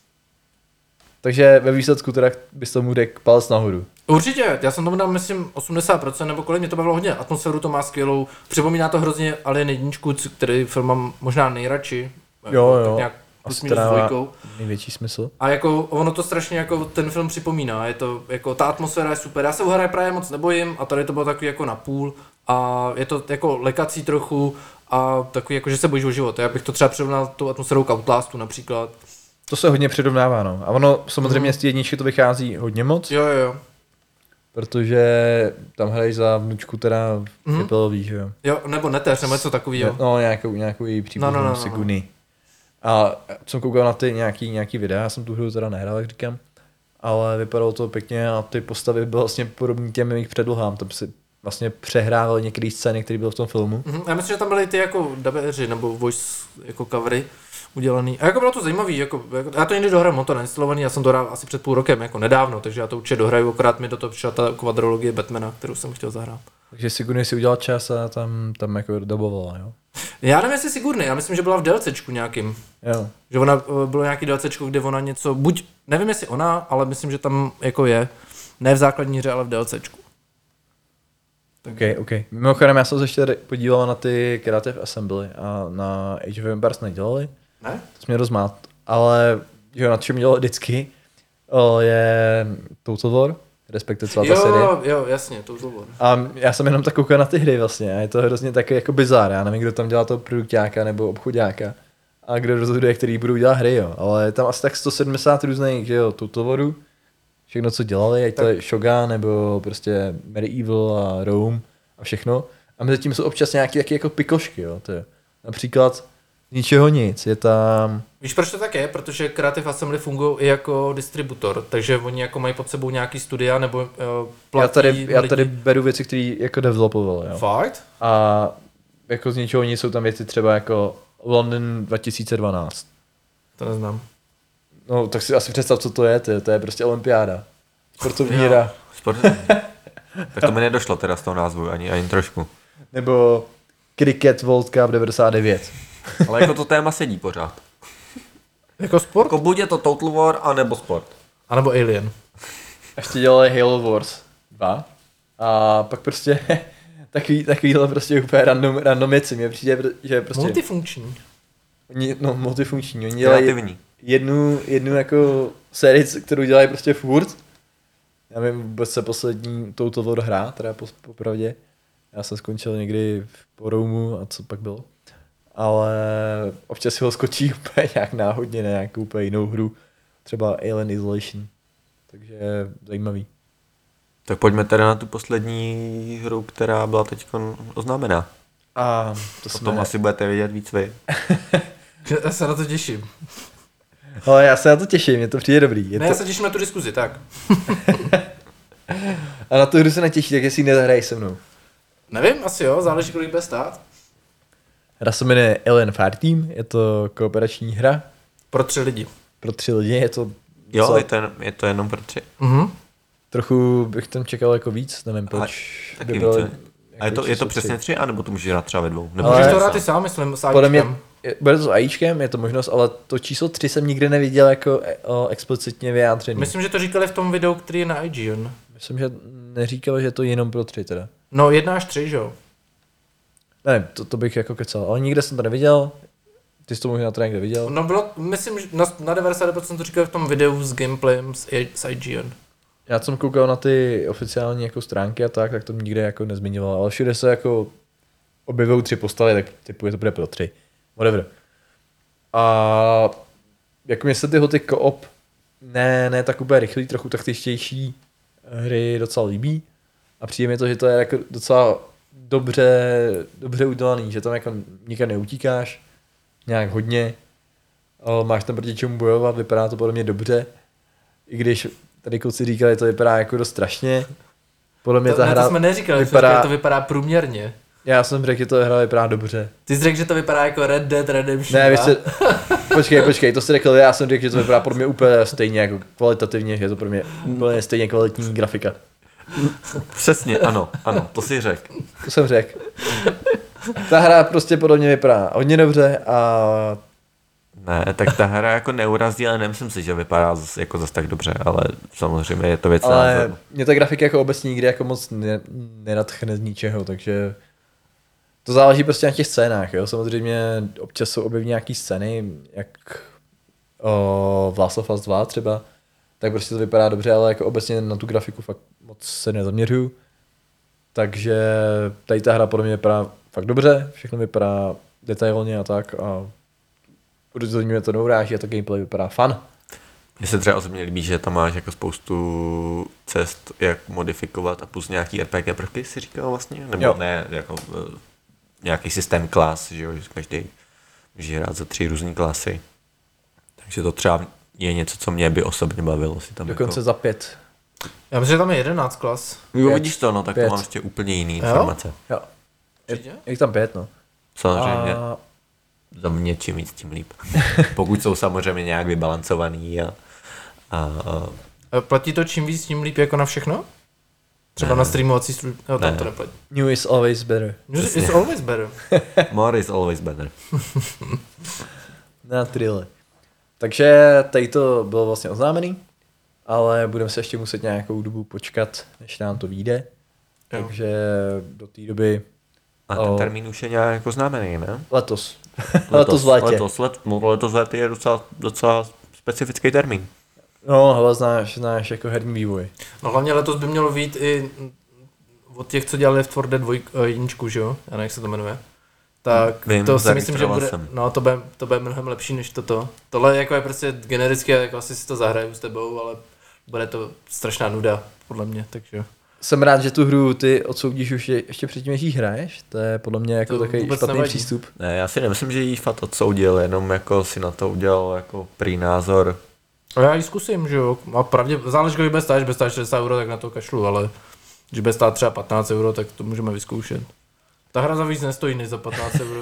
Takže ve výsledku teda bys tomu řekl palec nahoru. Určitě, já jsem tomu dal, myslím, osmdesát procent nebo kolik, mě to bavilo hodně, atmosféru to má skvělou, připomíná to hrozně Alien jedničku, který film mám možná nejradši, Jo, jako, jo. tak nějak plus Asi minus teda dvojkou. největší smysl. A jako ono to strašně jako ten film připomíná, je to jako ta atmosféra je super, já se u hry právě moc nebojím a tady to bylo takový jako napůl a je to jako lekací trochu a takový jako, že se bojíš o život, já bych to třeba přirovnal tou atmosférou k Outlastu například. To se hodně přirovnává, no. A ono samozřejmě z té jedničky to vychází hodně moc, Jo, jo, jo. protože tam hraješ za vnučku teda Mhm. Fipelový, že jo. Jo, nebo neteř, nebo něco takového. No, nějakou, nějakou její příbuznou No, no, no, no, no. Siguni. A jsem koukal na ty nějaký, nějaký videa, já jsem tu hru teda nehrál, jak říkám, ale vypadalo to pěkně a ty postavy byly vlastně podobné těm mých předlohám, tam si vlastně přehrávali některé scény, které byly v tom filmu. Mhm, já myslím, že tam byly ty jako dabeři nebo voice jako covery udělaný. A jako bylo to zajímavý, jako, jako já to někdy dohraju, mám to nainstalovaný, já jsem to hrál asi před půl rokem, jako nedávno, takže já to určitě dohraju, akorát mi do toho přišla ta kvadrologie Batmana, kterou jsem chtěl zahrát. Takže Siguni si udělal čas a tam, tam jako dobovala, jo. Já nevím, jestli Sigurny, já myslím, že byla v DLCčku nějakým. Jo. Že ona, eh, bylo nějaký DLCčko, kde ona něco, buď, nevím jestli ona, ale myslím, že tam jako je, ne v základní hře, ale v DLCčku. OK, OK. Mimochodem, já jsem se ještě podíval na ty Creative Assembly a na Age of Empires nedělali. Ne? To mě rozmát. Ale že na čem dělal vždycky, o, je Total War, respektive celá ta série. Jo, jo, jasně, to bylo. A já jsem jenom tak koukal na ty hry vlastně a je to hrozně taky jako bizár. Já nevím, kdo tam dělá toho produktáka nebo obchodáka a kdo rozhoduje, který budou dělat hry, jo. Ale je tam asi tak sto sedmdesát různých, že jo, Total Warů. Všechno, co dělali, ať to je Shogun nebo prostě Medieval a Rome a všechno. A mezi tím jsou občas nějaké taky jako pikošky, jo. To je například z ničeho nic, je tam... Víš, proč to tak je? Protože Creative Assembly fungují i jako distributor, takže oni jako mají pod sebou nějaký studia nebo uh, platí Já tady, já lidi. tady beru věci, které jako developovali, jo. Fakt? A jako z ničeho nic jsou tam věci třeba jako London dva tisíce dvanáct. To neznám. No, tak si asi představ, co to je, ty. To je prostě olympiáda. Sportovní Jo. hra. Sport... tak to mi nedošlo teda z toho názvu, ani, ani trošku. Nebo Cricket World Cup devadesát devět. Ale jako to téma sedí pořád. Jako sport? Jako buď je to Total War, anebo sport. A nebo Alien. Ještě dělali Halo Wars dva. A pak prostě takový, takovýhle prostě úplně random, random věci. Mně přijde, že prostě... Multifunkční. Oni, no, multifunkční. Oni dělají Kreativní. jednu, jednu jako sérii, kterou dělají prostě furt. Já vím, vůbec se poslední Total War hrá, teda po, popravdě. Já jsem skončil někdy po Romu a co pak bylo. Ale občas si ho skočí úplně nějak náhodně na nějakou úplně jinou hru. Třeba Alien Isolation. Takže zajímavý. Tak pojďme teda na tu poslední hru, která byla teď oznámená. A to O jsme... tom asi budete vědět víc vy. Já se na to těším. Ale já se na to těším, mě to přijde dobrý. Je Ne, to... já se těším na tu diskuzi, tak. A na tu hru se netěší, tak jestli ji nezahraješ se mnou. Nevím, asi jo, záleží, kolik bude stát. Hra se jmenuje Alien Fireteam, je to kooperační hra Pro tři lidi. pro tři lidi, je to... Jo, co- je to, jen, je to jenom pro tři. Mhm. Trochu bych tam čekal jako víc, nevím proč. taky by bylo více. jako A je to, je to tři. přesně tři, anebo to můžeš hrát třeba ve dvou? Nebo Ale- Můžeš můžeš to sám? hrát i sám, myslím, s Podle mě, AIčkem. je- bude to s AIčkem, je to možnost, ale to číslo tři jsem nikdy neviděl jako e, o, explicitně vyjádřený. Myslím, že to říkali v tom videu, který je na I G N. Myslím, že neříkal, že je to jenom pro tři teda. No jedna až tři, že jo? Ne, to, to bych jako kecal, ale nikde jsem to neviděl. Ty jsi to možná to někde viděl. No bylo, myslím, že na, na devadesát procent to říkal v tom videu s gameplayem z, z I G N. Já jsem koukal na ty oficiální jako stránky a tak, tak to nikde jako nezmiňoval, ale všude se jako objevují tři postavy, tak typu je to bude pro tři. Whatever. A jako mě se tyho ty co-op ne, ne tak úplně rychlý, trochu taktičtější hry docela líbí. A přijde mi to, že to je jako docela dobře, dobře udělaný, že tam jako nikam neutíkáš nějak hodně. Ale máš tam proti čemu bojovat, vypadá to podle mě dobře. I když tady kluci říkali, to vypadá jako dost strašně. Podle mě To, ta ne, hra to jsme neříkali, vypadá... vypadá... to vypadá průměrně. Já jsem řekl, že to hra vypadá dobře. Ty jsi řekl, že to vypadá jako Red Dead Redemption Ne, vy dva. jste... Počkej, počkej, to jsi řekl, já jsem řekl, že to vypadá pro mě úplně stejně jako kvalitativně, že je to pro mě úplně stejně kvalitní grafika. Přesně, ano, ano, to si řekl. To jsem řekl. Ta hra prostě podle mě vypadá hodně dobře a... Ne, tak ta hra jako neurazí, ale nemyslím si, že vypadá zase, jako zase tak dobře, ale samozřejmě je to věc Ale názoru. mě ta grafika jako obecně nikdy jako moc ne, nenadchne z ničeho, takže to záleží prostě na těch scénách, jo. Samozřejmě občas jsou objeví nějaký scény, jak o, v Last of Us dva třeba, tak prostě to vypadá dobře, ale jako obecně na tu grafiku fakt moc se nezaměřuju. Takže tady ta hra podle mě vypadá fakt dobře, všechno vypadá detailně a tak a určitě mě to neuráží a to gameplay vypadá fun. Mně se třeba osobně líbí, že tam máš jako spoustu cest, jak modifikovat a plus nějaký R P G prvky, si říkal vlastně, nebo Jo. ne, jako uh, nějaký systém klas, že jo, že každý může hrát za tři různé klasy. Takže to třeba je něco, co mě by osobně bavilo. Si tam Dokonce jako... za pět. Já myslím, že tam je jedenáct klas. Jo, vidíš to, no, tak Pět. to mám ještě úplně jiný Jo? informace. Jo. Určitě? Je tam pět, no. Samozřejmě. A Za mě čím víc, tím líp. Pokud jsou samozřejmě nějak vybalancovaný a, a, a A platí to čím víc, tím líp jako na všechno? Třeba Ne. na streamovací služby? No, tam Ne. to neplatí. new is always better. News is always better. more is always better. Na thrille. Takže tady to bylo vlastně oznámený, ale budeme se ještě muset nějakou dobu počkat, než nám to vyjde. Jo. Takže do té doby A ten O. termín už je nějak jako známený, ne? letos. letos v létě. Letos, let, no, letos v létě je docela, docela specifický termín. No, hele, znáš, znáš jako herní vývoj. No hlavně letos by mělo vyjít i od těch, co dělali v four Dead dva, jedničku, že jo? Já nevím, jak se to jmenuje. Tak Vím, to si myslím, že zaregistroval bude, jsem. no to bude, to bude mnohem lepší než toto. Tohle jako je prostě generické, jako asi si to zahraju s tebou, ale bude to strašná nuda, podle mě, takže Jsem rád, že tu hru ty odsoudíš už je, ještě předtím, než jí hraješ. To je podle mě jako To takový vůbec špatný nevadí. přístup. Ne, já si nemyslím, že jí fakt odsoudil, jenom jako si na to udělal jako prý názor. a já ji zkusím, že jo, a pravdě, záleží, kolik bude stát, když bude stát šedesát euro, tak na to kašlu, ale když bude stát třeba patnáct euro, tak to můžeme vyzkoušet. Ta hra za víc nestojí než za patnáct euro.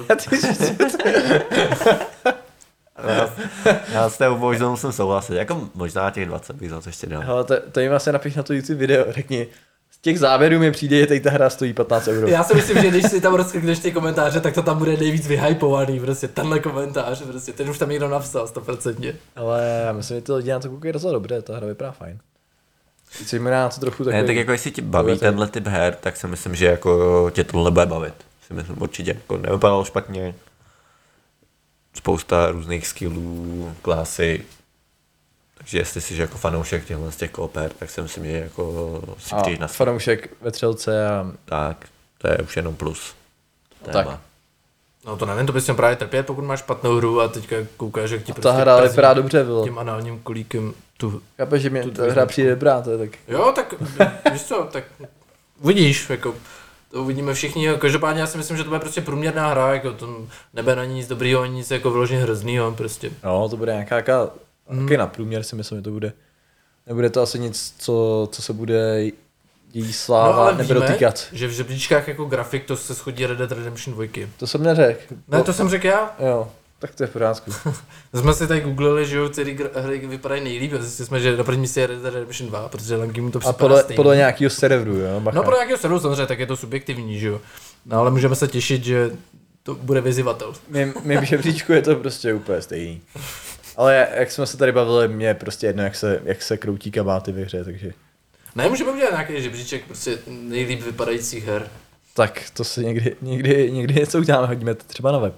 Já, já s tebou možná musím souhlasit, jako možná těch dvacet bych za to ještě dal. Hele, to, to jim asi napiš na to YouTube video, řekni. Z těch záběrů mi přijde, že tady ta hra stojí patnáct euro. Já si myslím, že když si tam rozklikneš ty komentáře, tak to tam bude nejvíc vyhypovaný, prostě tenhle komentář, prostě ten už tam někdo napsal, stoprocentně. Ale já myslím, že ty lidi na to koukají docela dobře, ta hra vypadá fajn. Teď se mi na to trochu takový... Ne, tak jako jestli ti baví Takový- tenhle typ her, tak si myslím, že jako tě tohle bude bavit. Si myslím určitě, jako nevypadalo špatně. Spousta různých skillů, klasy. Takže jestli jsi jako fanoušek těchhle z těch kooper, tak si myslím, že jako si A přijdeš na svůj. fanoušek ve třelce a... Tak, to je už jenom plus. Tak. Téma. No to nevím, to bys měl právě trpět, pokud máš špatnou hru a teďka koukáš, jak ti Ta prostě hra prezí vypadá dobře, bylo. tím análním kolíkem tu... Chápeš, že mě tu ta tvoji hra značku. přijde dobrá, to je tak... Jo, tak víš co, tak uvidíš, jako to uvidíme všichni, jako, každopádně já si myslím, že to bude prostě průměrná hra, jako to nebude na ní nic dobrýho, ani nic jako vyloženě hroznýho, prostě. No, to bude nějaká, nějaká Mm. taky na průměr si myslím, že to bude. Nebude to asi nic, co, co se bude její sláva No ale nebude víme, dotýkat. že v žebříčkách jako grafik to se schodí Red Dead Redemption dva. To jsem neřekl. Ne, to jsem řekl já. Jo, tak to je v pořádku. Jsme si tady googlili, že jo, který gra- hry vypadají nejlíp a zjistili jsme, že na první místě je Red Dead Redemption dva, protože Lanky mu to A připadá podle, stejný. podle nějakého serveru, jo? Bacha. No podle nějakého serveru samozřejmě, tak je to subjektivní, že jo. No ale můžeme se těšit, že to bude vyzývatel. Mým, mým žebříčku je to prostě úplně stejný. Ale jak jsme se tady bavili, mě je prostě jedno, jak se, jak se kroutí kabáty ve hře, takže... Ne, můžeme udělat nějaký žebříček prostě nejlíp vypadajících her. Tak to si někdy, někdy, někdy něco uděláme, hodíme to třeba na web.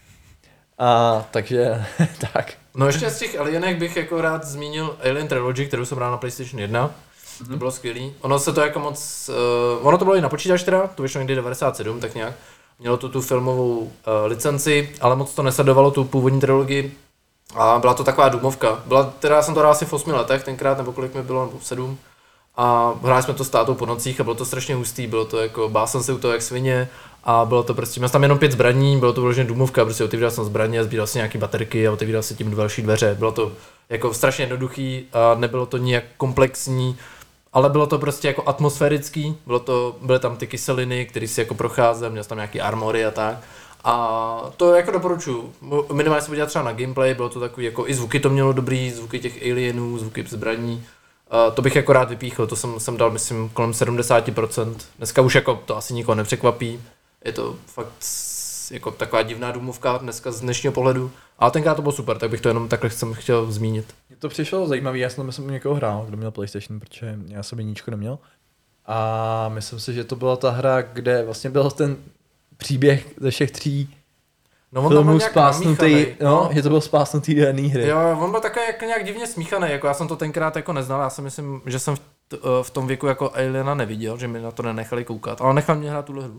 A takže tak. No ještě z těch Alienech bych jako rád zmínil Alien Trilogy, kterou jsem hrál na PlayStation jedna. Mm-hmm. To bylo skvělý. Ono se to jako moc, uh, ono to bylo i na počítač teda, to vyšlo někdy devadesát sedm, tak nějak. Mělo to tu filmovou uh, licenci, ale moc to nesledovalo tu původní trilogii. A byla to taková důmovka. Byla, teda jsem to hrál asi v osmi letech tenkrát, nebo kolik mi bylo, nebo sedm. A hráli jsme to s tátou po nocích a bylo to strašně hustý, bylo to jako, bál jsem se u toho jak svině a bylo to prostě, měl jsem tam jenom pět zbraní, bylo to vyloženě důmovka, prostě otevíral jsem zbraně a sbíral si nějaký baterky a otevíral si tím další dveře, bylo to jako strašně jednoduchý a nebylo to nijak komplexní, ale bylo to prostě jako atmosférický, bylo to, byly tam ty kyseliny, které si jako procházel, měl jsem tam nějaký armory a tak. A to jako doporučuji, minimálně se podívat třeba na gameplay, bylo to takový, jako i zvuky to mělo dobrý, zvuky těch alienů, zvuky zbraní. Uh, to bych jako rád vypíchl, to jsem, jsem dal myslím kolem sedmdesát procent. Dneska už jako to asi nikoho nepřekvapí, je to fakt jako taková divná důmovka dneska z dnešního pohledu, ale tenkrát to bylo super, tak bych to jenom takhle jsem chtěl zmínit. Mně to přišlo zajímavý, já jsem, jsem u někoho hrál, kdo měl PlayStation, protože já jsem jedničku neměl. A myslím si, že to byla ta hra, kde vlastně byl ten příběh ze všech tří No on tam byl filmů nějak spásnutý, namíchanej, no, no. že to byl spásnutý do jedné hry. Jo, on byl takový jako nějak divně smíchaný, jako já jsem to tenkrát jako neznal, já si myslím, že jsem v, t, v tom věku jako Aliena neviděl, že mi na to nenechali koukat, ale nechal mě hrát tuhle hru.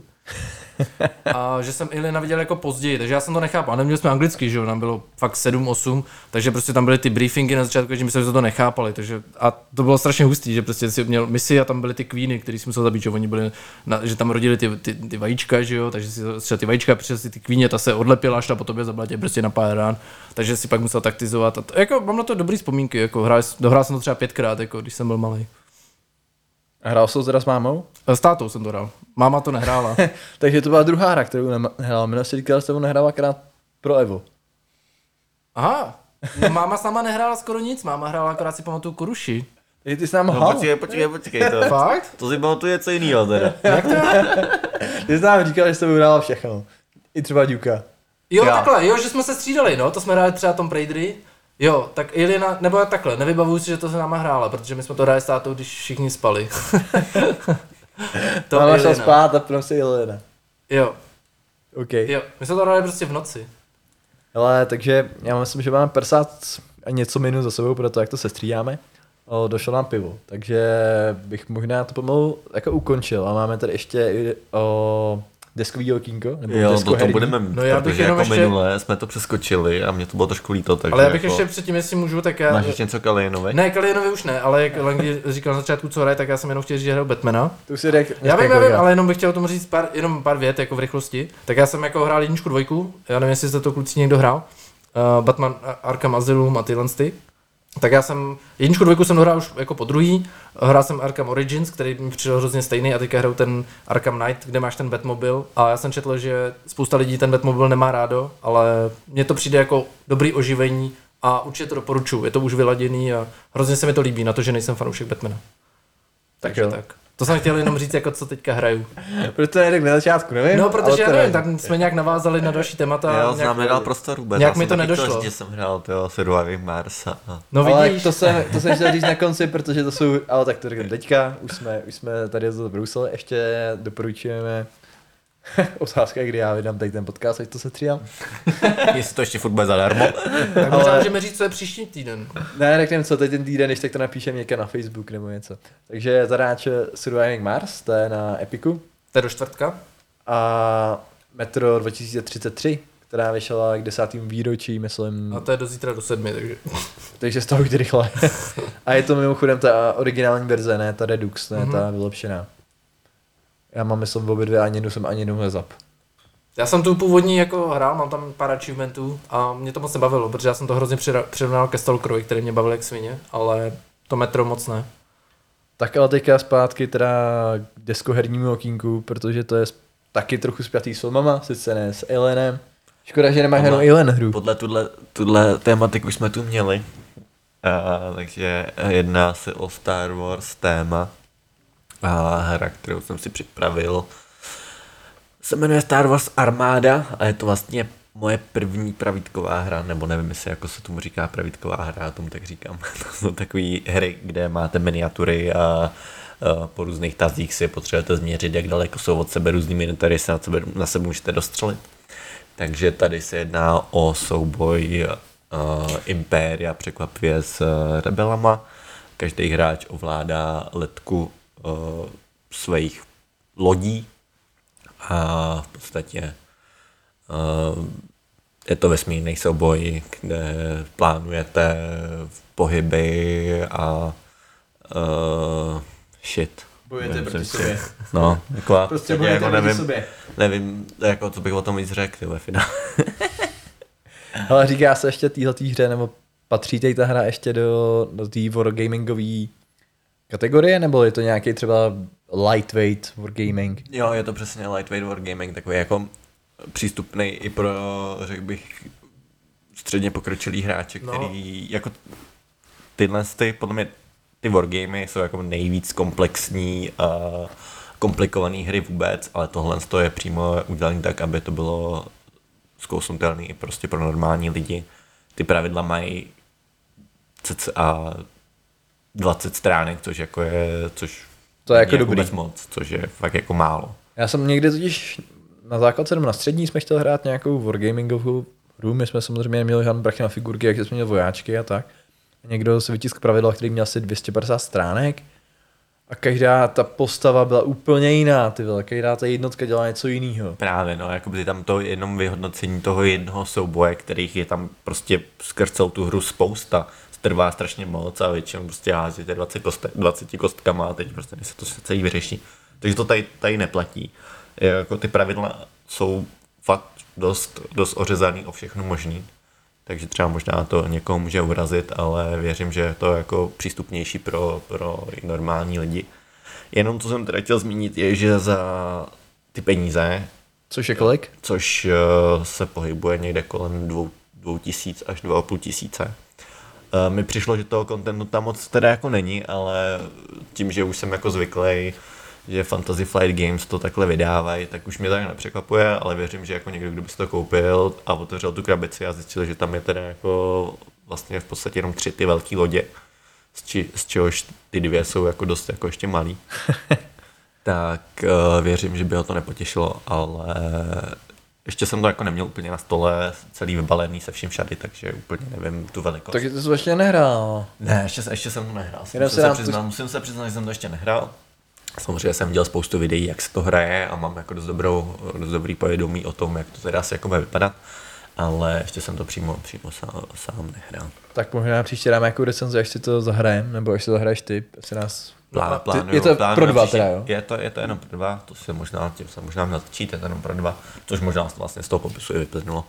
A že jsem Aliena viděl jako později, takže já jsem to nechápal, a neměli jsme anglicky, že jo, nám bylo fakt sedm osm, takže prostě tam byly ty briefingy na začátku, že my jsme to nechápali, takže a to bylo strašně hustý, že prostě si měl misi a tam byly ty queeny, který si musel zabít, že oni byli, na, že tam rodili ty, ty, ty vajíčka, že jo, takže si třeba ty vajíčka, přišel si ty queenie, ta se odlepila, šla po tobě, zabila tě prostě na pár rán, takže si pak musel taktizovat a to, jako mám na to dobrý vzpomínky, jako hrál, dohrál jsem to třeba pětkrát, jako když jsem byl malý. A hrál jsi to teda s mámou? S tátou jsem to hrál. Máma to nehrála. Takže to byla druhá hra, kterou nehrál. Minul si říkal, že jsem nehrála krát pro Evo. Aha, no, máma s náma nehrála skoro nic, máma hrála akorát si pamatuju Kuruši. Takže ty jsi nám No hal. počkej, počkej, počkej, to, Fakt? to si pamatuje něco jiného teda. Jak to? Ty jsi nám říkal, že jsi hrála všechno. I třeba Duka. Jo, Já. takhle, jo, že jsme se střídali, no, to jsme hráli třeba Tomb Raidery. Jo, tak Aliena, nebo takhle, nevybavuju si, že to se náma hrála, protože my jsme to hráli s tátou, když všichni spali. To máma šla Aliena. spát a prostě Jelena. Jo, OK. jo, my jsme to hráli prostě v noci. Ale takže já myslím, že máme padesát a něco minut za sebou, proto jak to sestřídáme. O, došlo nám pivo, takže bych možná to pomalu jako ukončil. A máme tady ještě i, o, deskový okýnko, nebo Jo, to, to deskoherní. budeme mít, No já bych protože jenom jako ještě- minule jsme to přeskočili a mě to bylo trošku líto, takže Ale já bych jako... ještě předtím, jestli můžu, tak já... Máš ještě něco k Alienovi? Ne, Kalienovi už ne, ale jak Langy říkal na začátku, co hraje, tak já jsem jenom chtěl říct, že hraju Batmana. To už si řek, Já vím, já vím, ale jenom bych chtěl o tom říct pár, jenom pár vět, jako v rychlosti. Tak já jsem jako hrál jedničku, dvojku, já nevím, jestli jste to kluci někdo hrál. Uh, Batman Arkham Asylum a tyhle ty. Tak já jsem, jedničku, dvojku jsem dohrál už jako po druhý, hrál jsem Arkham Origins, který mi přišel hrozně stejný a teďka hraju ten Arkham Knight, kde máš ten Batmobil a já jsem četl, že spousta lidí ten Batmobil nemá rádo, ale mně to přijde jako dobrý oživení a určitě to doporučuji, je to už vyladěný a hrozně se mi to líbí na to, že nejsem fanoušek Batmana. Takže jo. tak. To jsem chtěl jenom říct, jako co teďka hraju. Proč to neřek na začátku, nevím? No, protože ale já to nevím, nevím. tak jsme nějak navázali na další témata. Já nějak, znám nedal prostor vůbec. nějak Já mi jsem to taky chtěl nedošlo. říct, že jsem hrál tyho Surviving Mars a... a- No Ale vidíš, to jsem, to jsem chtěl říct na konci, protože to jsou, ale tak to řeknu teďka, už jsme, už jsme tady to brousili, ještě doporučujeme otázka, kdy já vydám tady ten podcast, ať to se třídám. Jestli to ještě furt bude zadarmo. tak možná ale- můžeme říct, co je příští týden. Ne, řekněme co, teď ten týden, když tak to napíšem někde na Facebook nebo něco. Takže zadáč Surviving Mars, to je na Epiku. To je do čtvrtka. A Metro dva tisíce třicet tři, která vyšla k desátým výročí, myslím, A to je do zítra do sedmi, takže... takže z toho jde rychle. A je to mimochodem ta originální verze, ne ta Redux, ne ta vylepšená. Já mám, myslím, v obě dvě, ani jednu jsem ani jednou nezap. Já jsem tu původní jako hrál, mám tam pár achievementů a mě to moc nebavilo, protože já jsem to hrozně přira- přirovnal ke Stalkerovi, který mě bavil jak svině, ale to Metro moc ne. Tak ale teďka zpátky teda k deskohernímu okýnku, protože to je sp- taky trochu spjatý s filmama, sice ne s Alienem. Škoda, že nemáš jenom Alien hru. Podle tuhle, tuhle tématiku už jsme tu měli. A, takže jedná se o Star Wars téma. A hra, kterou jsem si připravil, se jmenuje Star Wars Armada a je to vlastně moje první pravítková hra, nebo nevím, jestli jako se tomu říká pravítková hra, já tomu tak říkám. To jsou takové hry, kde máte miniatury a po různých tazích si potřebujete změřit, jak daleko jsou od sebe různými unity, se na sebe, na sebe můžete dostřelit. Takže tady se jedná o souboj uh, Impéria překvapivě s uh, rebelama. Každý hráč ovládá letku uh, svých lodí a v podstatě uh, je to vesmírný souboj, kde plánujete pohyby a uh, shit. Bojujete Nevím, proti co sobě. říct. No, jako, Prostě tak bojujete jako proti nevím, sobě. nevím, jako, co bych o tom víc řekl, ty ve finále. Ale říká se ještě téhletý hře, nebo patří tady ta hra ještě do, do té wargamingové kategorie, nebo je to nějaký třeba lightweight wargaming? Jo, je to přesně lightweight wargaming, takový jako přístupný i pro, řekl bych, středně pokročilý hráče, No. který jako tyhle ty, podle mě ty wargamy jsou jako nejvíc komplexní a komplikované hry vůbec, ale tohle je přímo udělané tak, aby to bylo zkousnutelné i prostě pro normální lidi. Ty pravidla mají cca dvacet stránek, což jako je, což To je jako není dobrý. vůbec moc, což je fakt jako málo. Já jsem někdy totiž na základce nebo na střední jsme chtěli hrát nějakou wargamingovou hru, my jsme samozřejmě neměli žádný brachy na figurky, jak jsme měli vojáčky a tak. A někdo se vytisk pravidla, který měl asi dvě stě padesát stránek a každá ta postava byla úplně jiná, ty vole, každá ta jednotka dělá něco jiného. Právě, no, jako by tam to jenom vyhodnocení toho jednoho souboje, kterých je tam prostě skrz celou tu hru spousta, trvá strašně moc a většinou prostě házíte dvacet, kostek, dvacet kostkama a teď prostě se to celý vyřeší. Takže to tady, tady neplatí. Jako ty pravidla jsou fakt dost, dost ořezaný o všechno možný. Takže třeba možná to někoho může urazit, ale věřím, že je to jako přístupnější pro, pro normální lidi. Jenom co jsem teda chtěl zmínit je, že za ty peníze, Což je kolik? což uh, se pohybuje někde kolem dvou, dvou tisíc až dva a půl tisíce. Uh, mi přišlo, že toho contentu tam moc teda jako není, ale tím, že už jsem jako zvyklý, že Fantasy Flight Games to takhle vydávají, tak už mě to nepřekvapuje, ale věřím, že jako někdo, kdo by si to koupil a otevřel tu krabici a zjistil, že tam je teda jako vlastně v podstatě jenom tři ty velké lodě, z, či, z čehož ty dvě jsou jako dost jako ještě malý, tak uh, věřím, že by ho to nepotěšilo, ale ještě jsem to jako neměl úplně na stole, celý vybalený se vším všady, takže úplně nevím tu velikost. Tak to jsi ještě nehrál. Ne, ještě, ještě jsem to nehrál. Jenom Musím se se, nám přiznat, to- musím se přiznat, že jsem to ještě nehrál. Samozřejmě jsem viděl spoustu videí, jak se to hraje a mám jako dost, dobrou, dost dobrý povědomí o tom, jak to teda asi jako bude vypadat, ale ještě jsem to přímo, přímo sám, sám nehrál. Tak možná příště dáme jako recenzi, až si to zahrajem, nebo až si to zahraješ ty, asi nás... Plán, Ty- plánuju, je to plánuju pro dva příště- teda, jo? Je to, je to jenom pro dva, to se možná, tím jsem možná měl začít, je to jenom pro dva, což možná vlastně z toho popisu i vyplynulo.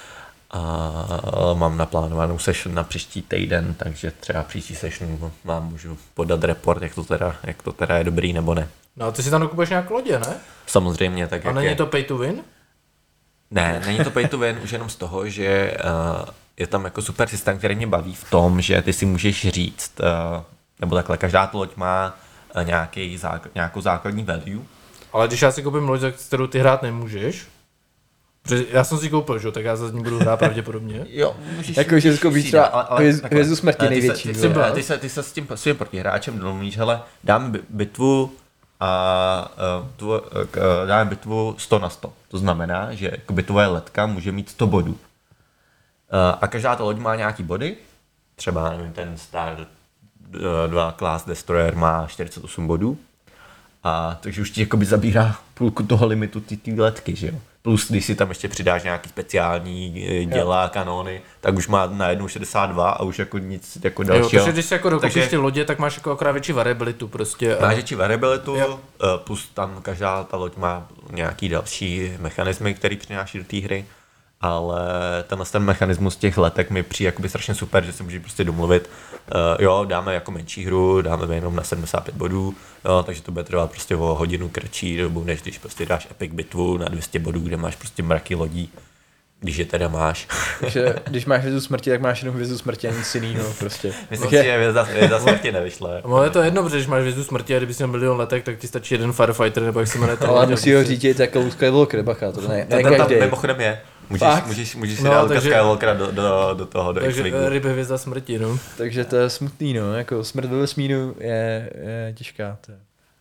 A mám naplánovanou session na příští týden, takže třeba příští session vám můžu podat report, jak to teda, jak to teda je dobrý nebo ne. No a ty si tam dokupuješ nějakou lodě, ne? Samozřejmě, tak A jak není je. to pay to win? Ne, není to pay to win už jenom z toho, že uh, je tam jako super systém, který mě baví v tom, že ty si můžeš říct, uh, nebo takhle, každá ta loď má uh, nějaký zák- nějakou základní value. Ale když já si koupím loď, tak s kterou ty hrát nemůžeš. Protože já jsem si ji koupil, že? Tak já se z ní budu hrát pravděpodobně. Jo, můžeš, Jako, že koupíš třeba hvěz- hvězdu smrti největší, Ty, jo. se, ty, se, ty, se, ty se s tím svým protihráčem domluvíš, hele, dáme bi- bitvu a uh, tvo, uh, dáme bitvu sto na sto. To znamená, že jakoby tvoje letka může mít sto bodů. Uh, a každá ta loď má nějaký body, třeba nevím, ten Star dva Class Destroyer má čtyřicet osm bodů, a takže už ti jakoby zabírá půlku toho limitu ty, ty letky, že jo. Plus, když si tam ještě přidáš nějaký speciální eh, děla, kanóny, tak už má najednou šedesát dva a už jako nic jako Jo, dalšího. takže když si jako dokoupíš Takže- ty lodě, tak máš jako akorát větší variabilitu prostě. Máš A... větší variabilitu, Jo. eh, plus tam každá ta loď má nějaký další mechanismy, který přináší do té hry, ale tenhle ten mechanismus těch letek mi přijde jakoby strašně super, že si můžeš prostě domluvit, uh, jo, dáme jako menší hru, dáme jenom na sedmdesát pět bodů, jo, takže to bude trvat prostě o hodinu kratší dobu, než když prostě dáš epic bitvu na dvě stě bodů, kde máš prostě mraky lodí, když je teda máš. Takže když máš hvězdu smrti, tak máš jenom hvězdu smrti a nic jiného prostě. Myslím si, že hvězda, hvězda smrti nevyšle. No, je to jedno, protože když máš hvězdu smrti a kdyby si měl milion letek, tak ti stačí jeden firefighter, nebo jak se jmenuje. Ale musí ho řídit jako Luke Skywalker, bacha, to ne, ne Ten tam každý. mimochodem je. Můžeš, Fakt? můžeš, můžeš si No, dát Luka takže- Skywalkera do, do, do toho, do Takže X-Wingu. eh, ryby hvězda smrti, no. Takže to je smutný, no, jako smrt ve vesmíru je, je těžká. To je.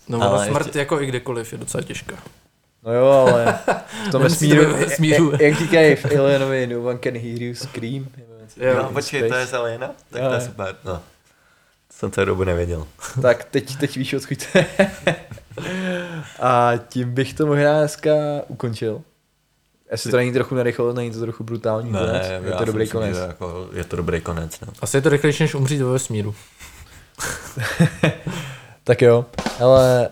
No, Ale ale smrt ještě- jako i kdekoliv je docela těžká. No jo, ale v tom Nemusí to vesmíru, být ve vesmíru. jak- jak říkají v Alienovi, no one can hear you scream. Jo, No, počkej, to je z Aliena? Tak Jo, to je jo. super, no. Jsem celou dobu nevěděl. Tak teď, teď víš, odkud to je. A tím bych to možná dneska ukončil. Jestli to není trochu narychlo, není to trochu brutální konec. Je já to si dobrý myslím, konec. že Jako, je to dobrý konec, no. Asi je to rychlejší, než umřít ve vesmíru. Tak jo, ale...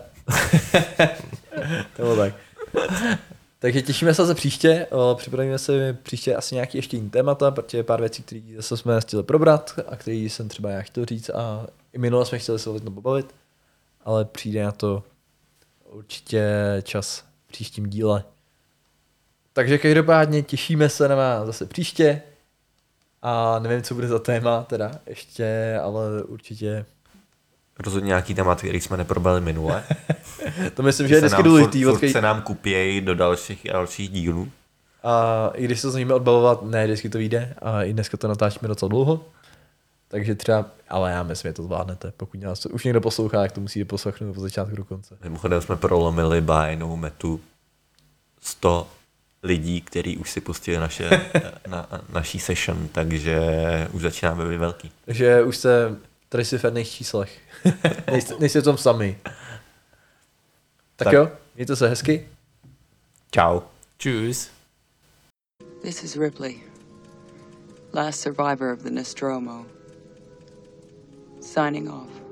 to bylo tak. Takže těšíme se za příště, o, připravíme se příště asi nějaký ještě jiný témata, protože je pár věcí, které zase jsme chtěli probrat a které jsem třeba já chtěl říct a i minule jsme chtěli se o tom pobavit, ale přijde na to určitě čas v příštím díle. Takže každopádně těšíme se na vás zase příště a nevím, co bude za téma teda ještě, ale určitě Rozhodně nějaký témat, který jsme neprobrali minule. to myslím, že je Se vždycky nám důležitý. furt, od furt kej- se nám kupějí do dalších a dalších dílů. A i když se snažíme odbavovat, ne vždycky to vyjde a i dneska to natáčíme docela dlouho. Takže třeba, ale já myslím, že to zvládnete. Pokud nás to už někdo poslouchá, tak to musíte poslechnout od začátku do konce. Mimochodem jsme prolomili by no metu sto lidí, kteří už si pustili naše, na, naší session, takže už začínáme být velký. Takže už jste v trojciferných číslech. nejste, nejste v tom sami. Tak, Tak. jo, mějte se hezky. Čau. Tschüss. This is Ripley, last survivor of the Nostromo. Signing off.